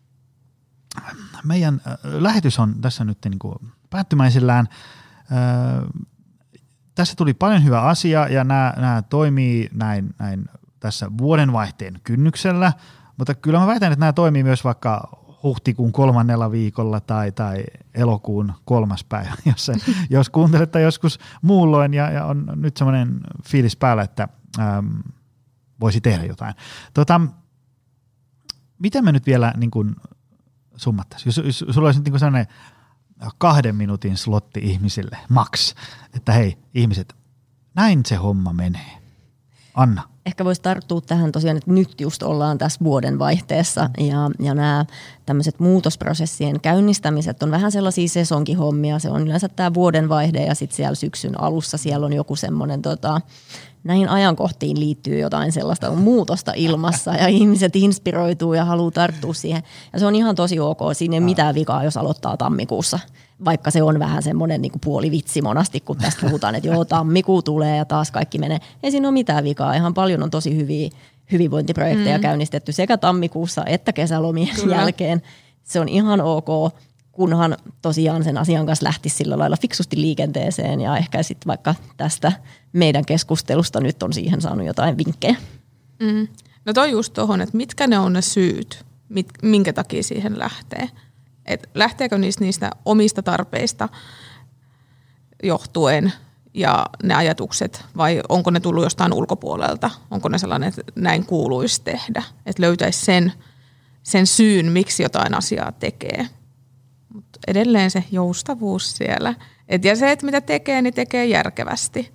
Speaker 2: meidän äh, lähetys on tässä nyt niin kuin päättymäisillään. Äh, tässä tuli paljon hyvää asiaa ja nämä, nämä toimii näin, näin tässä vuodenvaihteen kynnyksellä, mutta kyllä mä väitän, että nämä toimii myös vaikka huhtikuun kolmannella viikolla tai, tai elokuun kolmas päivä, jos, se, jos kuuntelette joskus muulloin ja, ja on nyt semmoinen fiilis päällä, että ähm, voisi tehdä jotain. Tota, miten me nyt vielä niin kuin summattaisiin? Jos, jos sulla olisi nyt niin kuin sellainen kahden minuutin slotti ihmisille, max, että hei ihmiset, näin se homma menee. Anna.
Speaker 4: ehkä voisi tarttua tähän tosiaan, että nyt just ollaan tässä vuoden vaihteessa ja, ja nämä tämmöiset muutosprosessien käynnistämiset on vähän sellaisia sesonkihommia. Se on yleensä tämä vuoden vaihde ja sitten siellä syksyn alussa siellä on joku semmoinen, tota, näihin ajankohtiin liittyy jotain sellaista muutosta ilmassa ja ihmiset inspiroituu ja haluaa tarttua siihen. Ja se on ihan tosi ok, siinä ei ole mitään vikaa, jos aloittaa tammikuussa. Vaikka se on vähän semmoinen niin kuin puoli vitsi monasti, kun tästä puhutaan, että joo, tammikuu tulee ja taas kaikki menee. Ei siinä ole mitään vikaa. Ihan paljon on tosi hyviä hyvinvointiprojekteja mm. käynnistetty sekä tammikuussa että kesälomien Kyllä. jälkeen. Se on ihan ok, kunhan tosiaan sen asian kanssa lähtisi sillä lailla fiksusti liikenteeseen ja ehkä sitten vaikka tästä meidän keskustelusta nyt on siihen saanut jotain vinkkejä.
Speaker 3: Mm. No toi just tohon, että mitkä ne on ne syyt, mit, minkä takia siihen lähtee. Et lähteekö niistä, niistä omista tarpeista johtuen ja ne ajatukset vai onko ne tullut jostain ulkopuolelta? Onko ne sellainen, että näin kuuluisi tehdä? Että löytäisi sen, sen syyn, miksi jotain asiaa tekee. Mutta edelleen se joustavuus siellä. Et ja se, että mitä tekee, niin tekee järkevästi.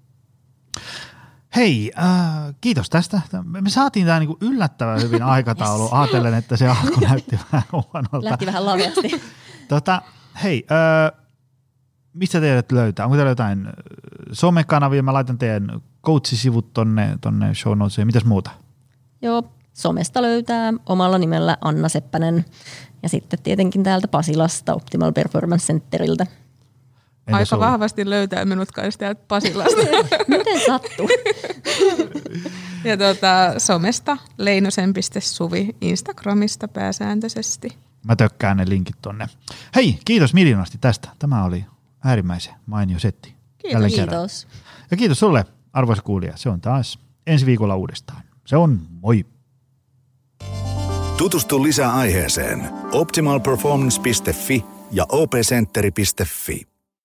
Speaker 2: Hei, äh, kiitos tästä. Me saatiin tämä niinku yllättävän hyvin aikataulu. Yes. Aatellen, että se alku näytti vähän huonolta.
Speaker 4: Lähti vähän laveasti.
Speaker 2: tota, hei, äh, mistä teidät löytää? Onko teillä jotain somekanavia? Mä laitan teidän coachisivut tonne, tonne show notesiin. Mitäs muuta?
Speaker 4: Joo, somesta löytää omalla nimellä Anna Seppänen ja sitten tietenkin täältä Pasilasta Optimal Performance Centeriltä.
Speaker 3: Entäs Aika ollut? Vahvasti löytää minut kanssa täältä Pasilasta.
Speaker 4: Miten sattuu?
Speaker 3: ja tuota, somesta leinosen piste suvi, Instagramista pääsääntöisesti.
Speaker 2: Mä tökkään ne linkit tonne. Hei, kiitos miljoonasti tästä. Tämä oli äärimmäisen mainio setti.
Speaker 4: Kiitos. kiitos.
Speaker 2: Ja kiitos sulle, arvoisa kuulija. Se on taas ensi viikolla uudestaan. Se on moi.
Speaker 1: Tutustu lisää aiheeseen optimal performance piste fi ja o p centeri piste fi.